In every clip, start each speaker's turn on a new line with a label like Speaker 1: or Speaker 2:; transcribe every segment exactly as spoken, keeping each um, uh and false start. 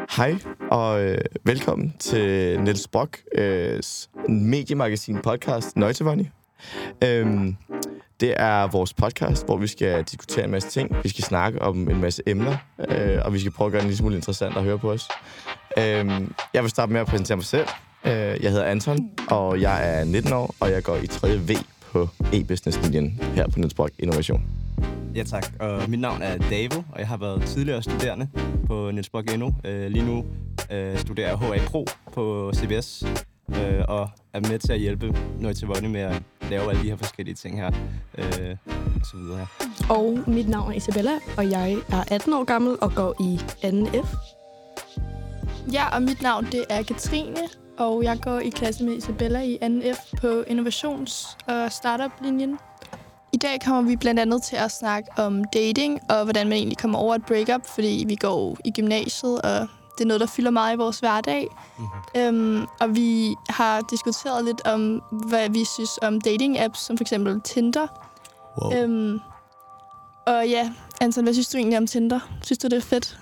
Speaker 1: Hej og øh, velkommen til Niels Brock øh, mediemagasin podcast Nøjtevonny. Øhm, det er vores podcast, hvor vi skal diskutere en masse ting. Vi skal snakke om en masse emner, øh, og vi skal prøve at gøre det en lille smule interessant at høre på os. Øhm, jeg vil starte med at præsentere mig selv. Øh, jeg hedder Anton, og jeg er nitten år, og jeg går i tredje V på e-business-linjen her på Niels Brock Innovation.
Speaker 2: Ja tak, og mit navn er Davo, og jeg har været tidligere studerende på Niels Brock Inno. Øh, lige nu øh, studerer jeg H A Pro på C B S, øh, og er med til at hjælpe Nøjtevonny med at lave alle de her forskellige ting her, øh, og så videre.
Speaker 3: Og mit navn er Isabella, og jeg er atten år gammel og går i anden F.
Speaker 4: Ja, og mit navn det er Katrine, og jeg går i klasse med Isabella i anden F på innovations- og startup-linjen. I dag kommer vi blandt andet til at snakke om dating, og hvordan man egentlig kommer over et breakup, fordi vi går i gymnasiet, og det er noget, der fylder meget i vores hverdag. Mm-hmm. Øhm, og vi har diskuteret lidt om, hvad vi synes om dating-apps, som for eksempel Tinder.
Speaker 2: Wow.
Speaker 4: Øhm, og ja, Anton, hvad synes du egentlig om Tinder? Synes du, det er fedt?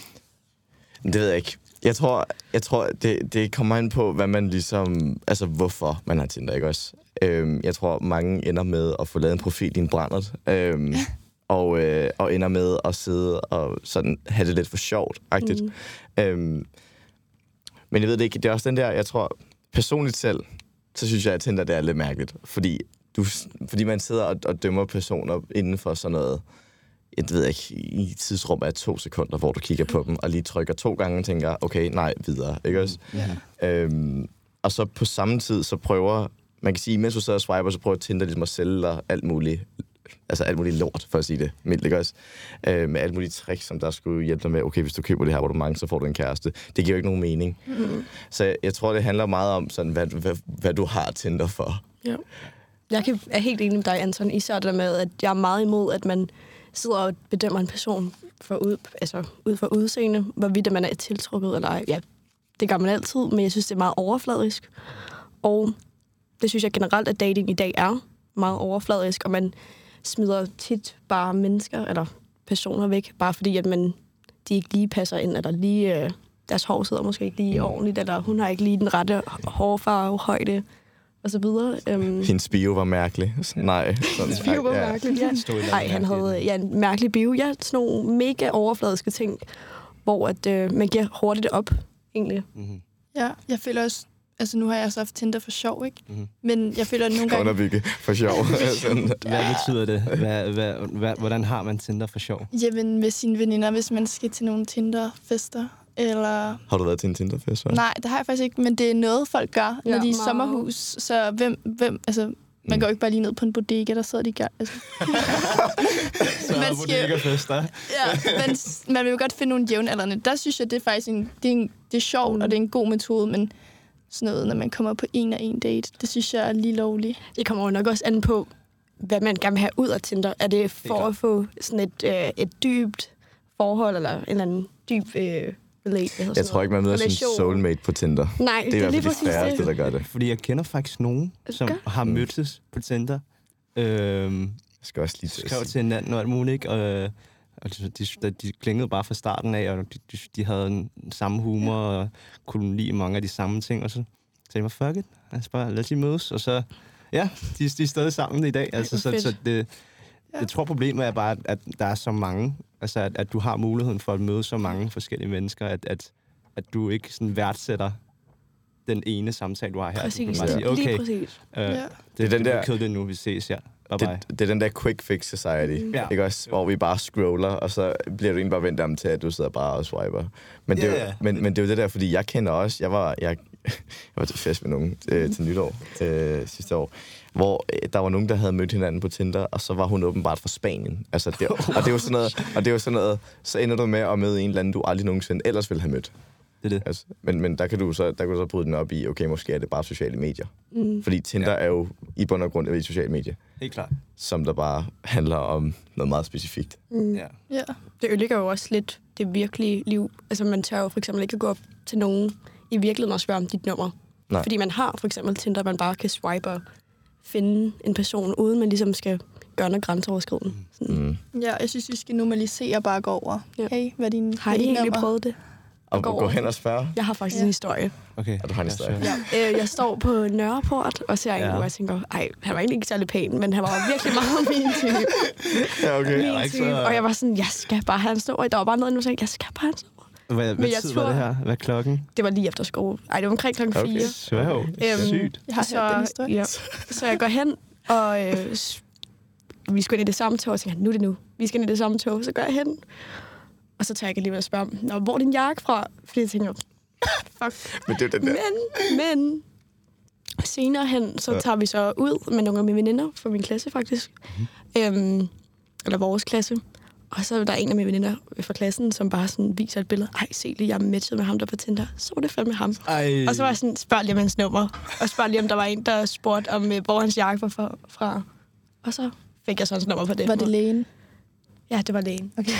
Speaker 1: Det ved jeg ikke. Jeg tror, jeg tror det, det kommer an på, hvad man ligesom... Altså, hvorfor man har Tinder, ikke også? Øhm, jeg tror, mange ender med at få lavet en profil i en brændert. Øhm, og, øh, og ender med at sidde og sådan have det lidt for sjovt-agtigt. Mm. Øhm, men jeg ved det ikke. Det er også den der, jeg tror... Personligt selv, så synes jeg, at Tinder det er lidt mærkeligt. Fordi, du, fordi man sidder og, og dømmer personer inden for sådan noget... Jeg ved ikke, i et tidsrum af to sekunder, hvor du kigger på dem, og lige trykker to gange og tænker, okay, nej, videre, ikke også? Yeah. Øhm, og så på samme tid, så prøver, man kan sige, mens du sidder og swiper, så prøver Tinder ligesom at sælge dig alt muligt, altså alt muligt lort, for at sige det mildt, ikke også? Øh, med alt muligt tricks, som der skulle hjælpe dig med, okay, hvis du køber det her abonnement, så får du en kæreste. Det giver jo ikke nogen mening. Mm. Så jeg, jeg tror, det handler meget om, sådan, hvad, hvad, hvad du har Tinder for.
Speaker 3: Ja. Jeg kan, er helt enig med dig, Anton, især det med, at jeg er meget imod, at man sidder og bedømmer en person for ud, altså ud for udseende, hvorvidt man er tiltrukket eller ej. Ja, det gør man altid, men jeg synes, det er meget overfladisk. Og det synes jeg generelt, at dating i dag er meget overfladisk, og man smider tit bare mennesker eller personer væk, bare fordi, at man, de ikke lige passer ind, eller lige, øh, deres hår sidder måske ikke lige ordentligt, eller hun har ikke lige den rette hårfarve, højde, og så videre. Um,
Speaker 1: Hendes bio var mærkelig. Nej.
Speaker 3: Hendes bio var ja. mærkelig, ja. Nej, han havde ja, en mærkelig bio. Ja, sådan nogle mega overfladiske ting, hvor at, øh, man giver hurtigt op, egentlig. Mm-hmm.
Speaker 4: Ja, jeg føler også, altså nu har jeg også haft Tinder for sjov, ikke? Mm-hmm. Men jeg føler, at nogle gange...
Speaker 1: Underbygge for sjov.
Speaker 2: Hvad betyder det? Hvad, hvad, hvad, hvordan har man Tinder for sjov?
Speaker 4: Jamen med sine veninder, hvis man skal til nogle Tinder-fester. Eller...
Speaker 1: Har du været til en Tinder-fest?
Speaker 4: Nej, det har jeg faktisk ikke, men det er noget, folk gør, ja, når de er i sommerhus. Så hvem, hvem, altså, man mm. går ikke bare lige ned på en bodega, der sidder de gør. Altså.
Speaker 2: Så er bodega-fester.
Speaker 4: Ja, men man vil jo godt finde nogle jævnaldrende. Der synes jeg, det er faktisk en, det er, en, det er sjovt, mm. og det er en god metode, men sådan noget, når man kommer på en og en date, det synes jeg er lige lovligt.
Speaker 3: Det kommer jo nok også an på, hvad man gerne vil have ud af Tinder. Er det for det at få sådan et, øh, et dybt forhold, eller en eller anden dyb... Øh,
Speaker 1: Relate, jeg tror ikke, man møder sin soulmate på Tinder.
Speaker 3: Nej,
Speaker 1: det er, det er i hvert fald de færreste, der gør det.
Speaker 2: Fordi jeg kender faktisk nogen, som okay. har mødtes på Tinder. Øhm,
Speaker 1: jeg skal også lige til
Speaker 2: skrev til hinanden og alt muligt, ikke? Og, og de, de, de klingede bare fra starten af, og de, de, de havde en samme humor, og kunne lide mange af de samme ting, og så sagde jeg, fuck it, altså bare lad os lige mødes, og så, ja, de, de er stadig sammen i dag, altså, så, så det... Jeg tror, problemet er bare, at der er så mange, altså at, at du har muligheden for at møde så mange forskellige mennesker, at, at, at du ikke sådan værdsætter den ene samtale, du har her.
Speaker 3: Præcis,
Speaker 2: du sige, okay,
Speaker 3: lige præcis.
Speaker 2: Øh, ja. Det, det er den der... Det nu, vi ses, ja. Bye bye.
Speaker 1: Det, det er den der quick fix society, mm. ikke også? Hvor vi bare scroller, og så bliver du egentlig bare vendt om til, at du sidder bare og swiper. Men det, yeah. er, jo, men, men det er jo det der, fordi jeg kender også, jeg var, jeg, jeg var til fest med nogen øh, til nytår øh, sidste år, hvor øh, der var nogen, der havde mødt hinanden på Tinder, og så var hun åbenbart fra Spanien. Altså, det, og det var sådan noget, og det var sådan noget, så ender du med at møde en eller anden, du aldrig nogensinde ellers ville have mødt.
Speaker 2: Det er det.
Speaker 1: Altså, men, men der kan du så, der kan du så bryde den op i, okay, måske er det bare sociale medier. Mm. Fordi Tinder ja. er jo i bund og grund et sociale medier.
Speaker 2: Helt klart.
Speaker 1: Som der bare handler om noget meget specifikt.
Speaker 3: Mm. Ja. ja. Det ødelægger jo også lidt det virkelige liv. Altså man tør jo for eksempel ikke at gå op til nogen i virkeligheden og spørge om dit nummer. Nej. Fordi man har for eksempel Tinder, man bare kan swipe og finde en person, uden man ligesom skal gøre noget grænseoverskridende.
Speaker 1: Mm.
Speaker 4: Ja, jeg synes, vi skal normalisere bare gå over. Ja. Hey, hvad er din,
Speaker 3: har I egentlig prøvet det?
Speaker 1: Og
Speaker 3: går
Speaker 1: gå hen og spørge?
Speaker 3: Jeg har faktisk
Speaker 4: Ja.
Speaker 3: en historie.
Speaker 2: Okay.
Speaker 1: Og du har en historie.
Speaker 2: Ja,
Speaker 3: Øh, jeg står på Nørreport og ser en,
Speaker 2: Ja.
Speaker 3: hvor jeg tænker, ej, han var egentlig ikke særlig pæn, men han var virkelig meget min type.
Speaker 1: Ja, okay.
Speaker 2: var
Speaker 3: Min
Speaker 2: ikke
Speaker 3: type.
Speaker 2: så-
Speaker 3: Og jeg var sådan, jeg skal bare have en stor. Der var bare noget, nu sagde jeg, jeg skal bare have en stor.
Speaker 2: Hvad, hvad
Speaker 3: Men jeg
Speaker 2: tid
Speaker 3: tror-
Speaker 2: var det her? Hvad er klokken?
Speaker 3: Det var lige efter skole. Ej, det var omkring klokken
Speaker 1: Okay.
Speaker 3: fire.
Speaker 2: Sværv.
Speaker 3: Øhm,
Speaker 2: Sygt.
Speaker 4: Jeg har
Speaker 3: så,
Speaker 4: hørt den historie.
Speaker 3: Ja. Så jeg går hen, og øh, s- vi skulle ind i det samme tog, og tænker, nu er det nu. Vi skal ind i det samme tog. Så går jeg hen, og så tager jeg alligevel at spørge ham, Nå, hvor er din jakke fra? Fordi jeg tænker, fuck.
Speaker 1: Men det er den der.
Speaker 3: Men, men, senere hen, så tager vi så ud med nogle af mine veninder fra min klasse, faktisk. Mm-hmm. Øhm, eller vores klasse. Og så er der en af mine veninder fra klassen, som bare sådan viser et billede. Ej, se lige, jeg er matchet med ham der på Tinder. Så var det fandme ham.
Speaker 2: Ej.
Speaker 3: Og så var jeg sådan, spørg lige om hans nummer. Og spørg lige, om der var en, der spurgte, om, øh, hvor hans jakke var fra- fra. Og så fik jeg så hans nummer på det.
Speaker 4: Var det lægen?
Speaker 3: Ja, det var lægen.
Speaker 4: Okay.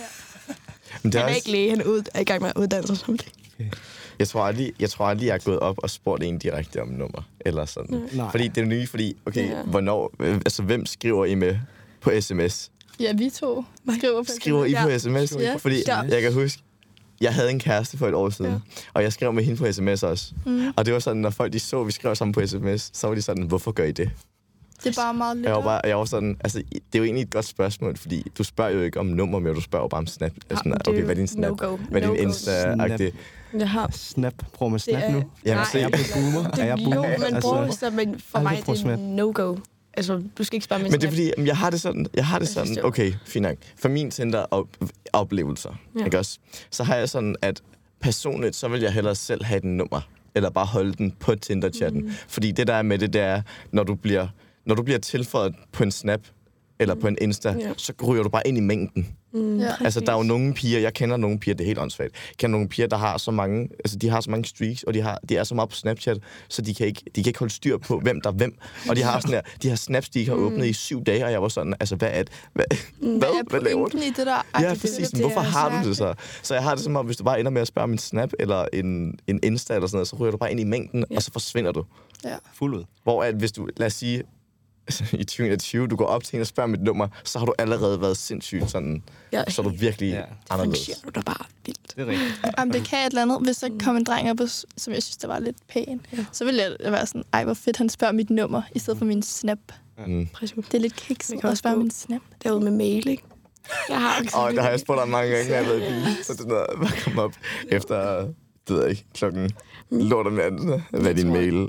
Speaker 1: Men det er
Speaker 3: Han er
Speaker 1: også,
Speaker 3: ikke læge, han er, ud, er i gang med at uddanne sig som læge.
Speaker 1: jeg tror aldrig, jeg tror aldrig, jeg er gået op og spurgt en direkte om nummer. Eller sådan.
Speaker 2: Nej.
Speaker 1: Fordi det er nye, fordi, okay,
Speaker 3: Ja.
Speaker 1: hvornår, øh, altså hvem skriver I med på sms?
Speaker 4: Ja, vi to skriver på
Speaker 1: Skriver I på
Speaker 3: Ja.
Speaker 1: sms?
Speaker 4: Ja.
Speaker 1: Fordi
Speaker 3: Ja.
Speaker 1: jeg kan huske, jeg havde en kæreste for et år siden,
Speaker 3: Ja.
Speaker 1: og jeg skrev med hende på sms også.
Speaker 4: Mm.
Speaker 1: Og det var sådan, når folk de så, at vi skrev sammen på sms, så var de sådan, hvorfor gør I det?
Speaker 4: Det er bare meget
Speaker 1: Jeg
Speaker 4: lettere.
Speaker 1: var, bare, jeg var sådan, altså, det er jo egentlig et godt spørgsmål, fordi du spørger jo ikke om nummer mere, du spørger jo bare om snap.
Speaker 3: Ja,
Speaker 1: Sådan,
Speaker 3: det er
Speaker 1: okay,
Speaker 3: jo
Speaker 1: hvad er din snap?
Speaker 3: no-go.
Speaker 1: Hvad er din
Speaker 3: No-go.
Speaker 1: Insta-agtig?
Speaker 3: Jeg har...
Speaker 2: Snap. Prøv med
Speaker 3: Det
Speaker 2: snap
Speaker 3: er-
Speaker 2: nu.
Speaker 1: Jamen,
Speaker 3: Nej,
Speaker 1: se,
Speaker 2: Er jeg på boomer?
Speaker 3: Det,
Speaker 2: Er jeg
Speaker 3: jo,
Speaker 2: boomer?
Speaker 3: man bruger så, men for
Speaker 2: aldrig
Speaker 3: mig
Speaker 2: brugt
Speaker 3: det er
Speaker 2: Snap.
Speaker 3: no-go. Altså, du skal ikke spørge min
Speaker 1: Men det er
Speaker 3: snap.
Speaker 1: fordi, jamen, jeg har det sådan, jeg har det
Speaker 3: Jeg synes,
Speaker 1: sådan,
Speaker 3: det er
Speaker 1: okay, fint nok. For min Tinder-oplevelser,
Speaker 3: Ja.
Speaker 1: ikke også? Så har jeg sådan, at personligt, så vil jeg hellere selv have den nummer, eller bare holde den på Tinder-chatten. Mm. Fordi det der er med det, det er, når du bliver, når du bliver tilføjet på en snap, eller på en Insta,
Speaker 3: Ja.
Speaker 1: så ryger du bare ind i mængden.
Speaker 3: Mm,
Speaker 4: Ja.
Speaker 1: Altså, der er jo nogle piger, jeg kender nogle piger, det er helt åndssvagt. Jeg kender nogle piger, der har så mange, altså de har så mange streaks, og de, har, de er så meget på Snapchat, så de kan ikke, de kan ikke holde styr på, hvem der er hvem. Og de har sådan her, de har snaps, de ikke har åbnet i syv dage, og jeg var sådan, altså, hvad er det? Hvad,
Speaker 4: Hvad
Speaker 1: hvad,
Speaker 4: er
Speaker 1: hvad laver du?
Speaker 4: pointen i det der? Ej,
Speaker 1: Ja,
Speaker 4: det-
Speaker 1: præcis.
Speaker 3: det-
Speaker 1: Hvorfor
Speaker 3: det er
Speaker 1: har
Speaker 3: svært.
Speaker 1: du det så? Så jeg har det som om, hvis du bare ender med at spørge min Snap, eller en, en Insta, eller sådan noget, så ryger du bare ind i mængden,
Speaker 3: Ja.
Speaker 1: og så forsvinder du.
Speaker 4: Ja.
Speaker 2: Fuld ud.
Speaker 1: Hvor at, hvis du, lad os sige, i tyve enogtyve, du går op til en og spørger mit nummer, så har du allerede været sindssygt sådan,
Speaker 3: Ja,
Speaker 1: så er du virkelig
Speaker 2: Ja.
Speaker 1: anderledes.
Speaker 3: fungerer du da bare vildt.
Speaker 2: Det er rigtigt.
Speaker 4: Jamen, det kan et eller andet. Hvis der kom en dreng op, og s- som jeg synes, der var lidt pæn,
Speaker 3: Ja.
Speaker 4: så ville jeg være sådan, ej, hvor fedt, han spørger mit nummer, i stedet for min snap.
Speaker 1: Mm.
Speaker 3: Præcis.
Speaker 4: Det er lidt kikset
Speaker 3: Man kan
Speaker 4: at
Speaker 3: også
Speaker 4: spørge
Speaker 3: gå-
Speaker 4: min snap.
Speaker 3: Derude med mail, ikke? Jeg har også
Speaker 1: Og der har jeg spurgt dig mange gange, når jeg har været i bil. Så det er noget, bare komme op efter, det ved jeg ikke, klokken lort om natten. Hvad er din
Speaker 3: tror-
Speaker 1: mail?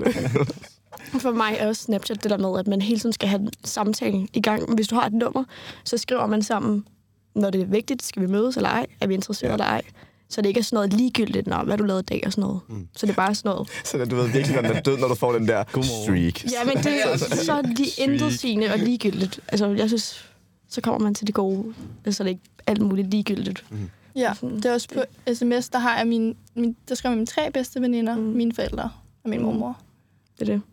Speaker 3: For mig er også Snapchat det der med, at man hele tiden skal have samtalen i gang. Hvis du har et nummer, så skriver man sammen, når det er vigtigt, skal vi mødes eller ej? Er vi interesseret
Speaker 1: Ja.
Speaker 3: eller ej? Så det ikke er sådan noget ligegyldigt, når hvad du lavede i dag og sådan noget. Mm. Så det er bare sådan noget.
Speaker 1: Så du ved virkelig, når den er død, når du får den der
Speaker 2: Godmorgen.
Speaker 1: streak.
Speaker 3: Ja, men det er så lige intetsigende og ligegyldigt. Altså, jeg synes, så kommer man til det gode. Så er det ikke alt muligt ligegyldigt.
Speaker 2: Mm.
Speaker 4: Ja, det er også på sms, der har jeg min, min der skriver jeg mine tre bedste veninder,
Speaker 3: Mm.
Speaker 4: mine forældre og min mormor.
Speaker 3: Det er det.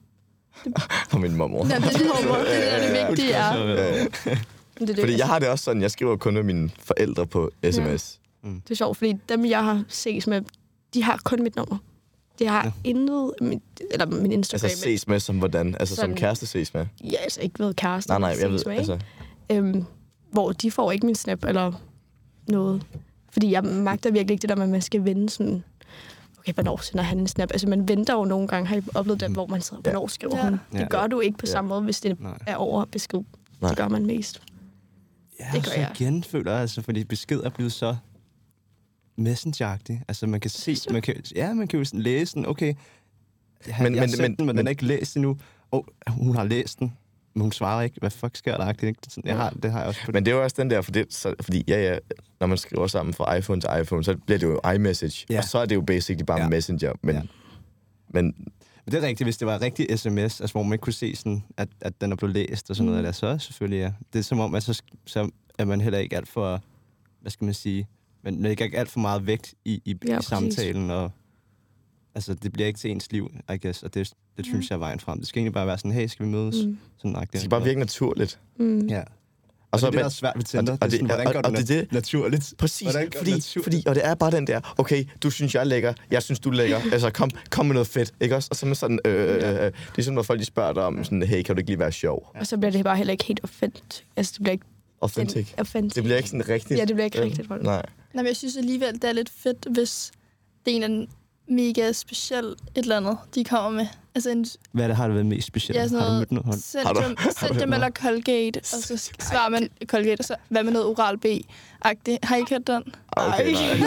Speaker 1: Og min mormor.
Speaker 4: Ja, det er det, mormor. Det er det, der er det vigtige er.
Speaker 1: Ja.
Speaker 3: det, er det.
Speaker 1: Fordi jeg har det også sådan, jeg skriver kun med mine forældre på sms.
Speaker 3: Det er sjovt, fordi dem, jeg har ses med, de har kun mit nummer. De har
Speaker 2: Ja.
Speaker 3: ja. intet, mit, eller min Instagram.
Speaker 1: Altså ses med som hvordan? Altså som
Speaker 3: Sådan-
Speaker 1: kæreste ses med?
Speaker 3: Ja, altså ikke ved kæreste.
Speaker 1: Nej, nej, jeg ved,
Speaker 3: ses med,
Speaker 1: altså...
Speaker 3: øhm, hvor de får ikke min snap eller noget. Fordi jeg magter virkelig ikke det der med, at man skal vende sådan, okay, hvornår sender han en snap? Altså man venter jo nogle gange, har I oplevet det, hvor man sidder, hvornår skriver
Speaker 4: Ja.
Speaker 3: hun?
Speaker 2: Ja.
Speaker 3: Det gør du ikke på
Speaker 1: Ja.
Speaker 3: samme måde, hvis det
Speaker 2: Nej.
Speaker 3: er over besked.
Speaker 1: Nej.
Speaker 3: Det gør man mest.
Speaker 2: Ja,
Speaker 3: Det gør
Speaker 2: så
Speaker 3: jeg.
Speaker 2: igen føler jeg, altså, fordi besked er blevet så messengeragtig. Altså, man kan se,
Speaker 3: Synes du?
Speaker 2: man kan, ja, man kan jo sådan læse den, okay, han,
Speaker 1: Men-
Speaker 2: men, jeg
Speaker 1: men-
Speaker 2: men,
Speaker 1: men-
Speaker 2: den, men,
Speaker 1: men-
Speaker 2: den er ikke læst endnu. Oh, hun har læst den, men hun svarer ikke. Hvad fuck sker der? Ikke? Sådan, jeg har, det har jeg også på
Speaker 1: Men det er jo også den der, fordi, så, fordi ja, ja, når man skriver sammen fra iPhone til iPhone, så bliver det jo iMessage,
Speaker 2: Ja.
Speaker 1: og så er det jo basically bare
Speaker 2: Ja.
Speaker 1: Messenger. Men,
Speaker 2: Ja.
Speaker 1: men
Speaker 2: Men det er rigtigt, hvis det var rigtig sms, altså, hvor man ikke kunne se, sådan, at, at den er blevet læst og sådan
Speaker 3: Mm.
Speaker 2: noget der, så selvfølgelig ja. Det er som om, at så, så er man heller ikke alt for, hvad skal man sige, man lægger ikke alt for meget vægt i, i,
Speaker 3: Ja,
Speaker 2: i
Speaker 3: præcis.
Speaker 2: samtalen, og altså, det bliver ikke til ens liv, I guess, og det, det synes jeg er vejen frem. Det skal egentlig bare være sådan, hey, skal vi mødes?
Speaker 3: Mm.
Speaker 2: Sådan,
Speaker 1: det skal bare virke naturligt.
Speaker 3: Mm.
Speaker 2: Ja.
Speaker 1: Og
Speaker 2: Og
Speaker 1: så
Speaker 2: det er det,
Speaker 1: men-
Speaker 2: der er svært ved Tinder.
Speaker 1: og
Speaker 2: Det er
Speaker 1: det-
Speaker 2: sådan, hvordan
Speaker 1: og-
Speaker 2: gør
Speaker 1: og
Speaker 2: du
Speaker 1: det er
Speaker 2: nat-
Speaker 1: det.
Speaker 2: naturligt?
Speaker 1: Præcis,
Speaker 2: Hvordan gør
Speaker 1: fordi,
Speaker 2: du naturligt?
Speaker 1: fordi, og det er bare den der, okay, du synes, jeg er lækker, jeg synes, du er lækker, altså kom, kom med noget fedt, ikke også? Og så er man sådan, øh, øh, øh, det er sådan, når folk de spørger dig om, sådan, hey, kan du ikke lige være sjov?
Speaker 3: Og så bliver det bare heller ikke helt offent. Altså, det bliver ikke
Speaker 1: Authentic.
Speaker 3: offent.
Speaker 1: Det bliver ikke sådan rigtigt.
Speaker 3: Ja, det bliver ikke
Speaker 1: Øh,
Speaker 3: rigtigt for det.
Speaker 1: Nej.
Speaker 4: Nej, men jeg synes alligevel, det er lidt fedt, hvis det er en eller anden mega speciel et eller andet, de kommer med. Altså en,
Speaker 2: Hvad er det, har det været mest specielt?
Speaker 4: ja, sådan
Speaker 2: har du
Speaker 4: noget,
Speaker 2: mødt noget?
Speaker 4: send dem, send dem eller Colgate, og så svarer man Colgate, og så hvad med noget Oral B-agtigt. Har I ikke hørt den?
Speaker 1: Okay, nej.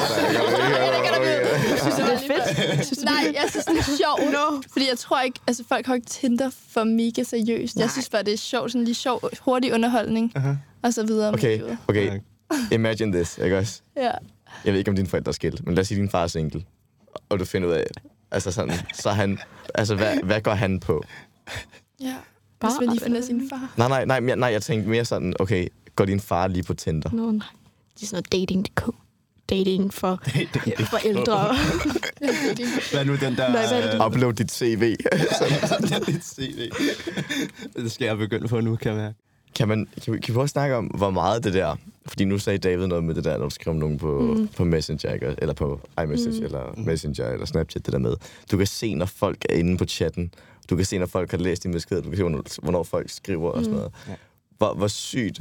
Speaker 3: Synes du, det er fedt? Synes du,
Speaker 4: Nej, jeg synes, det er sjovt. No. Fordi jeg tror ikke, altså folk har ikke Tinder for mega seriøst. Nej. Jeg synes bare, det er sjovt, sådan lige sjov, hurtig underholdning, uh-huh. og så videre.
Speaker 1: Okay, okay. Imagine this, ikke også?
Speaker 4: Ja.
Speaker 1: Jeg ved ikke, om dine forældre er skilt, men lad os sige, din far er single, og du finder ud af, altså sådan, så han, altså hvad, hvad går han på?
Speaker 4: Ja, hvis man lige finder sin far.
Speaker 1: Nej, nej, nej, nej, jeg tænkte mere sådan, okay, går din far lige på Tinder?
Speaker 3: Nå, nej. Det er sådan noget dating punktum d k. Dating for forældre.
Speaker 2: Hvad er nu den der...
Speaker 3: Nej, hvad er det?
Speaker 1: Upload dit C V.
Speaker 2: dit C V. Det skal jeg begynde på nu, kan jeg mærke.
Speaker 1: Kan, man, kan, vi, kan vi prøve at snakke om, hvor meget det der... Fordi nu sagde David noget med det der, når du skriver om nogen på, mm. på Messenger, ikke? Eller på iMessage, mm. eller Messenger, eller Snapchat, det der med. Du kan se, når folk er inde på chatten. Du kan se, når folk har læst din besked. Du kan se, hvornår, hvornår folk skriver og sådan noget. Mm. Hvor, hvor sygt...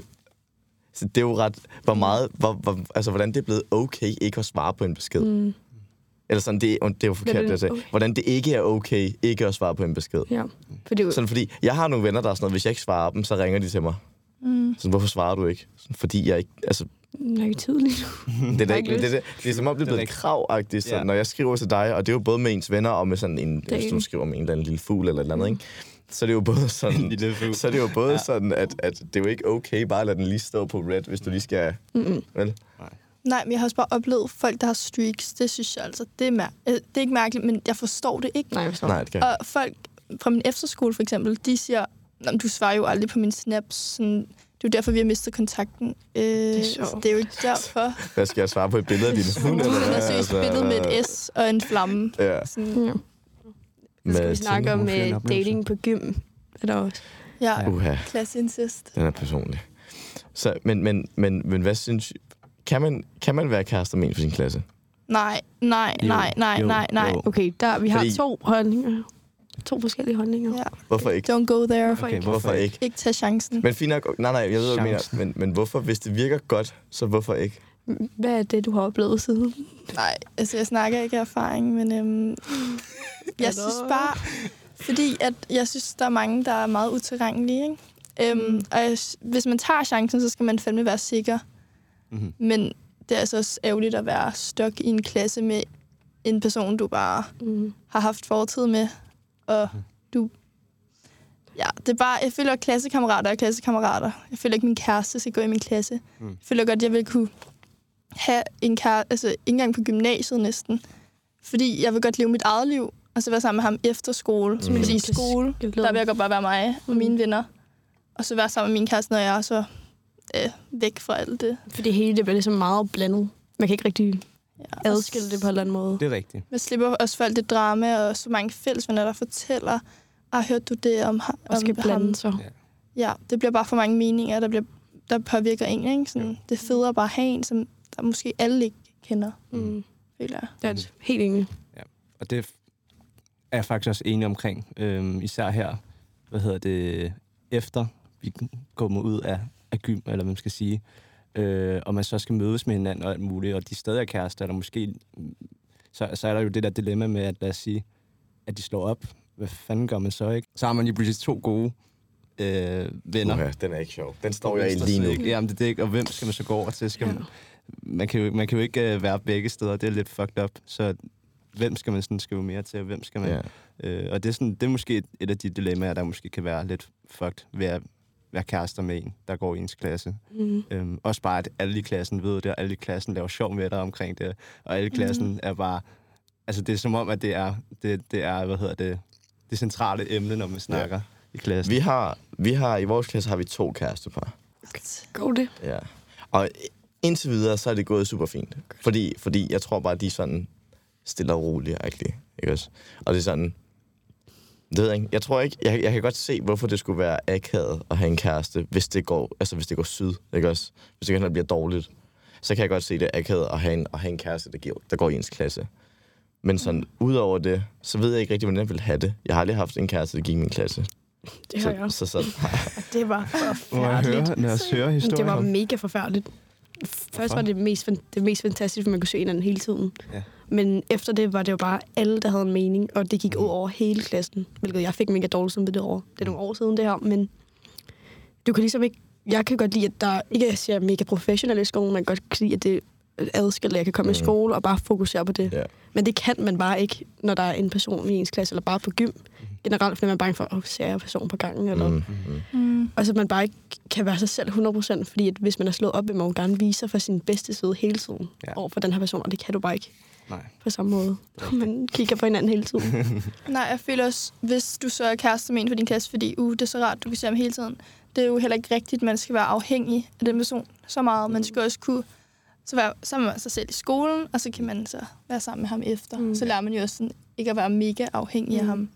Speaker 1: Så det er jo ret... Hvor meget... Hvor, hvor, altså, hvordan det er blevet okay ikke at svare på en besked. Mm. Eller sådan, det, det er jo forkert, det, det, okay. Hvordan det ikke er okay ikke at svare på en besked.
Speaker 3: Ja. For det er jo...
Speaker 1: Sådan, fordi jeg har nogle venner, der er sådan noget, hvis jeg ikke svarer dem, så ringer de til mig. Mm. Sådan, hvorfor svarer du ikke? Sådan, fordi jeg ikke... Altså,
Speaker 3: jeg er ikke tidlig nu.
Speaker 1: det, er ikke, det, det, det, det er som om, det er blevet kravagtigt, sådan, ja. Når jeg skriver til dig, og det er jo både med ens venner og med sådan en... Hvis du skriver med en eller anden lille fugl eller et eller andet, ikke? Så er det jo både sådan, så er det jo både ja. sådan at, at det er jo ikke okay bare at lade den lige stå på red, hvis du lige skal... Mm-hmm. Vel?
Speaker 4: Nej. Nej, men jeg har også bare oplevet folk, der har streaks. Det synes jeg altså, det er, mær- det er ikke mærkeligt, men jeg forstår det ikke.
Speaker 3: Nej, jeg forstår.
Speaker 1: Nej, det kan.
Speaker 4: Og folk fra min efterskole for eksempel, de siger, du svarer jo aldrig på mine snaps. Sådan, det er jo derfor, vi har mistet kontakten. Øh, det, er så det er jo ikke derfor.
Speaker 1: Hvad skal jeg svare på et billede af din hund?
Speaker 4: Hun har søgt et billede med et S og en flamme.
Speaker 1: Ja.
Speaker 3: Sådan. Ja. Så skal vi snakke om uh, dating på gym. Er der også?
Speaker 4: Ja,
Speaker 1: uh-huh.
Speaker 4: Klasseincest.
Speaker 1: Den er personlig. Så, men, men, men, men hvad synes kan man, kan man være kærester med en for sin klasse?
Speaker 4: Nej, nej, nej, nej, nej, nej.
Speaker 3: Okay, der, vi har
Speaker 1: Fordi...
Speaker 3: to holdninger. To forskellige holdninger.
Speaker 4: Ja.
Speaker 1: Hvorfor ikke?
Speaker 4: Don't go there.
Speaker 3: Hvorfor,
Speaker 1: okay,
Speaker 3: ikke?
Speaker 1: hvorfor ikke?
Speaker 4: Ikke tage chancen.
Speaker 1: Men fint nok. Nej, nej, jeg ved, hvad du mener. Men, men hvorfor? Hvis det virker godt, så hvorfor ikke?
Speaker 3: Hvad er det, du har oplevet siden?
Speaker 4: Nej, altså jeg snakker ikke af erfaring, men øhm, jeg synes bare, fordi at jeg synes, der er mange, der er meget utilregnelige, ikke? Øhm, mm. Og jeg, hvis man tager chancen, så skal man fandme være sikker. Mm-hmm. Men det er altså også ærgerligt at være stok i en klasse med en person, du bare mm. har haft fortid med, og mm. du... Ja, det er bare... Jeg føler, at klassekammerater er klassekammerater. Jeg føler ikke, at min kæreste skal gå i min klasse. Mm. Jeg føler godt, at jeg vil kunne have en kæreste... Altså, ikke engang på gymnasiet næsten. Fordi jeg vil godt leve mit eget liv, og så være sammen med ham efter skole. Mm. Fordi i skole, der vil jeg godt bare være mig og mine mm. venner. Og så være sammen med min kæreste, når jeg er så øh, væk fra alt det.
Speaker 3: Fordi hele det bliver ligesom meget blandet. Man kan ikke rigtig ja, adskille det på en eller anden måde.
Speaker 2: Det er rigtigt.
Speaker 4: Man slipper også for alt det drama, og så mange fællesvenner, der fortæller, ah, hørte du det om, om
Speaker 3: og skal blande sig.
Speaker 4: Ja, det bliver bare for mange meninger, der, bliver, der påvirker en. Ikke? Sådan, ja. Det er federe bare at have en, som der måske alle ikke kender. Mm. Føler jeg.
Speaker 3: Det er helt enig.
Speaker 2: Ja. Og det er jeg faktisk også enig omkring. Øhm, især her, hvad hedder det, efter vi kommer ud af, af gym, eller hvad man skal sige, øh, og man så skal mødes med hinanden og alt muligt, og de stadig er kærester, eller måske, så, så er der jo det der dilemma med, at lad os sige, at de slår op. Hvad fanden gør man så, ikke? Så har man lige pludselig to gode øh, venner.
Speaker 1: Uha, den er ikke sjov. Den står jeg i lige nu.
Speaker 2: Jamen, det er det ikke. Og hvem skal man så gå over til? Skal man, man, kan jo, man kan jo ikke uh, være begge steder. Det er lidt fucked up. Så hvem skal man sådan skrive mere til, og hvem skal man... Ja. Øh, og det er, sådan, det er måske et, et af de dilemmaer, der måske kan være lidt fucked ved at være kærester med en, der går i ens klasse. Mm. Øhm, også bare, at alle i klassen ved det, og alle i klassen laver sjov med dig omkring det, og alle i klassen mm. er bare... Altså, det er som om, at det er, det, det er hvad hedder det, det centrale emne, når man snakker ja. i klassen.
Speaker 1: Vi har, vi har, i vores klasse har vi to kærestepar.
Speaker 3: Går det?
Speaker 1: Ja. Og indtil videre, så er det gået super fint. Fordi, fordi jeg tror bare, de er sådan stille og rolige, ikke også? Og det er sådan... Det ved jeg ikke. Jeg tror ikke... Jeg, jeg kan godt se, hvorfor det skulle være akavet at have en kæreste, hvis det går, altså hvis det går syd, ikke også? Hvis det kan bliver dårligt. Så kan jeg godt se det akavet at have en, at have en kæreste, der, giver, der går i ens klasse. Men sådan, udover det, så ved jeg ikke rigtig, hvordan jeg vil have det. Jeg har aldrig haft en kæreste, der gik i min klasse.
Speaker 3: Det har jeg.
Speaker 1: Så, så, så,
Speaker 3: det var forfærdeligt.
Speaker 2: Lad os høre historien.
Speaker 3: Det var mega forfærdeligt. Først var det mest, det mest fantastiske, for man kunne se hinanden hele tiden. Ja. Men efter det var det jo bare alle, der havde en mening, og det gik ud over hele klassen, hvilket jeg fik mega dårligt som det år. Det er nogle år siden det her, men du kan ligesom ikke... Jeg kan godt lide, at der ikke jeg siger mega professionelle i skolen, men godt kan lide, at det adskiller, at jeg kan komme mm. i skole og bare fokusere på det.
Speaker 1: Ja.
Speaker 3: Men det kan man bare ikke, når der er en person i ens klasse, eller bare på gym. Generelt, fordi man er bange for, at oh, ser jeg person på gangen, eller...
Speaker 1: Mm.
Speaker 4: Mm.
Speaker 3: Og så man bare ikke kan være sig selv hundrede procent, fordi at hvis man er slået op, vil man jo gerne vise sig for sin bedste side hele tiden
Speaker 2: Ja.
Speaker 3: over for den her person, og det kan du bare ikke
Speaker 2: Nej.
Speaker 3: på samme måde. Man kigger på hinanden hele tiden.
Speaker 4: Nej, jeg føler også, hvis du så er kæreste med en for din klasse, fordi uh, det er så rart, du kan se ham hele tiden. Det er jo heller ikke rigtigt, man skal være afhængig af den person så meget. Man skal også kunne så være sammen med sig selv i skolen, og så kan man så være sammen med ham efter.
Speaker 3: Mm.
Speaker 4: Så lærer man jo også sådan, ikke at være mega afhængig
Speaker 3: Mm.
Speaker 4: af ham.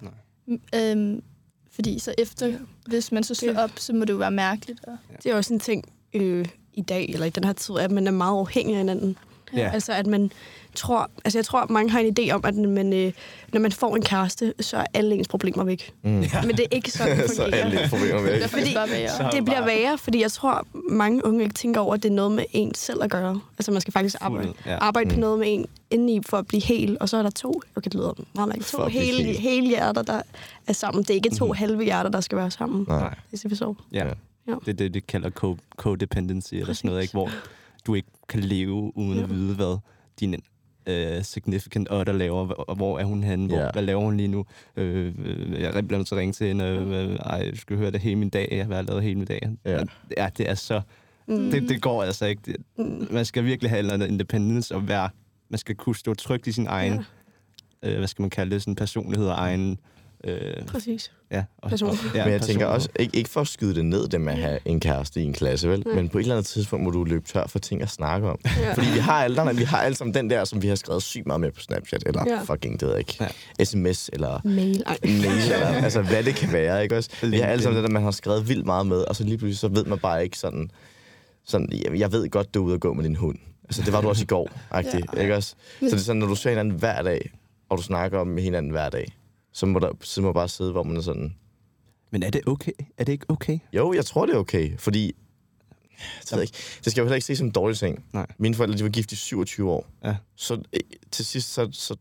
Speaker 4: Øhm, fordi så efter, hvis man så slår op, så må det jo være mærkeligt. Og...
Speaker 3: Det er også en ting øh, i dag, eller i den her tid, at man er meget afhængig af hinanden.
Speaker 2: Ja.
Speaker 3: Altså, at man tror... Altså, jeg tror, at mange har en idé om, at man, øh, når man får en kæreste, så er alle ens problemer væk.
Speaker 1: Mm.
Speaker 3: Men det er ikke sådan, det
Speaker 1: Så
Speaker 3: fungerer.
Speaker 1: alle problemer væk.
Speaker 4: Det er faktisk bare værre.
Speaker 3: Det bliver værre, fordi jeg tror, mange unge ikke tænker over, at det er noget med en selv at gøre. Altså, man skal faktisk arbejde,
Speaker 2: Fuldt, ja.
Speaker 3: arbejde på
Speaker 1: Mm.
Speaker 3: noget med en indeni for at blive hel, og så er der to, okay, det lyder meget mærkeligt,
Speaker 1: For
Speaker 3: to
Speaker 1: at blive
Speaker 3: hele,
Speaker 1: hel.
Speaker 3: hele hjerter, der er sammen. Det er ikke to
Speaker 2: Mhm.
Speaker 3: halve hjerter, der skal være sammen.
Speaker 1: Nej.
Speaker 2: Nej.
Speaker 3: Det er så forstår.
Speaker 2: Ja.
Speaker 1: Ja.
Speaker 3: Ja.
Speaker 2: Det er det, de kalder co- codependency, eller sådan noget, ikke? Hvor du ikke kan leve uden
Speaker 3: Ja.
Speaker 2: at vide, hvad din uh, significant other laver. Hvor, hvor er hun henne? Hvor,
Speaker 1: Ja.
Speaker 2: Hvad laver hun lige nu? Øh, øh, jeg bliver nødt til at ringe til hende. Øh, ej, jeg skal høre det hele min dag. Jeg har lavet hele min dag.
Speaker 1: Ja.
Speaker 2: Ja, det er så...
Speaker 3: Mm.
Speaker 2: Det, det går altså ikke. Det,
Speaker 3: Mm.
Speaker 2: man skal virkelig have noget independence og være... Man skal kunne stå trygt i sin egen...
Speaker 3: Ja.
Speaker 2: Øh, hvad skal man kalde det? Sådan personlighed og egen... Øh,
Speaker 3: Præcis.
Speaker 2: ja, og,
Speaker 3: Person.
Speaker 2: og, ja,
Speaker 1: Men jeg tænker
Speaker 2: person.
Speaker 1: også, ikke, ikke for at skyde det ned, det med at have en kæreste i en klasse, vel?
Speaker 3: Nej.
Speaker 1: Men på et eller andet tidspunkt må du løbe tør for ting at snakke om.
Speaker 3: Ja.
Speaker 1: Fordi vi har alle, der, vi har alle sammen den der, som vi har skrevet sygt meget med på Snapchat, eller
Speaker 3: Ja.
Speaker 1: fucking, det ved jeg ikke,
Speaker 2: Ja.
Speaker 1: sms, eller
Speaker 3: Mail. Ej.
Speaker 1: mail, eller altså hvad det kan være, ikke også? Vi har alle sammen det der, man har skrevet vildt meget med, og så lige pludselig, så ved man bare ikke sådan, sådan jeg- jeg ved godt, du er ude at gå med din hund. Altså, det var du også i går, agtigt,
Speaker 3: Ja.
Speaker 1: ikke også? Så det er sådan, når du ser hinanden hver dag, og du snakker om hinanden hver dag, så må der så må man bare sidde, hvor man er sådan,
Speaker 2: Men er det okay? Er det ikke okay?
Speaker 1: jo, jeg tror, det er okay, fordi... Det, ved jeg ikke. Det skal jo heller ikke ses som en dårlig ting.
Speaker 2: Nej.
Speaker 1: Mine forældre, de var gift i syvogtyve år.
Speaker 2: Ja.
Speaker 1: Så øh, til sidst, så... så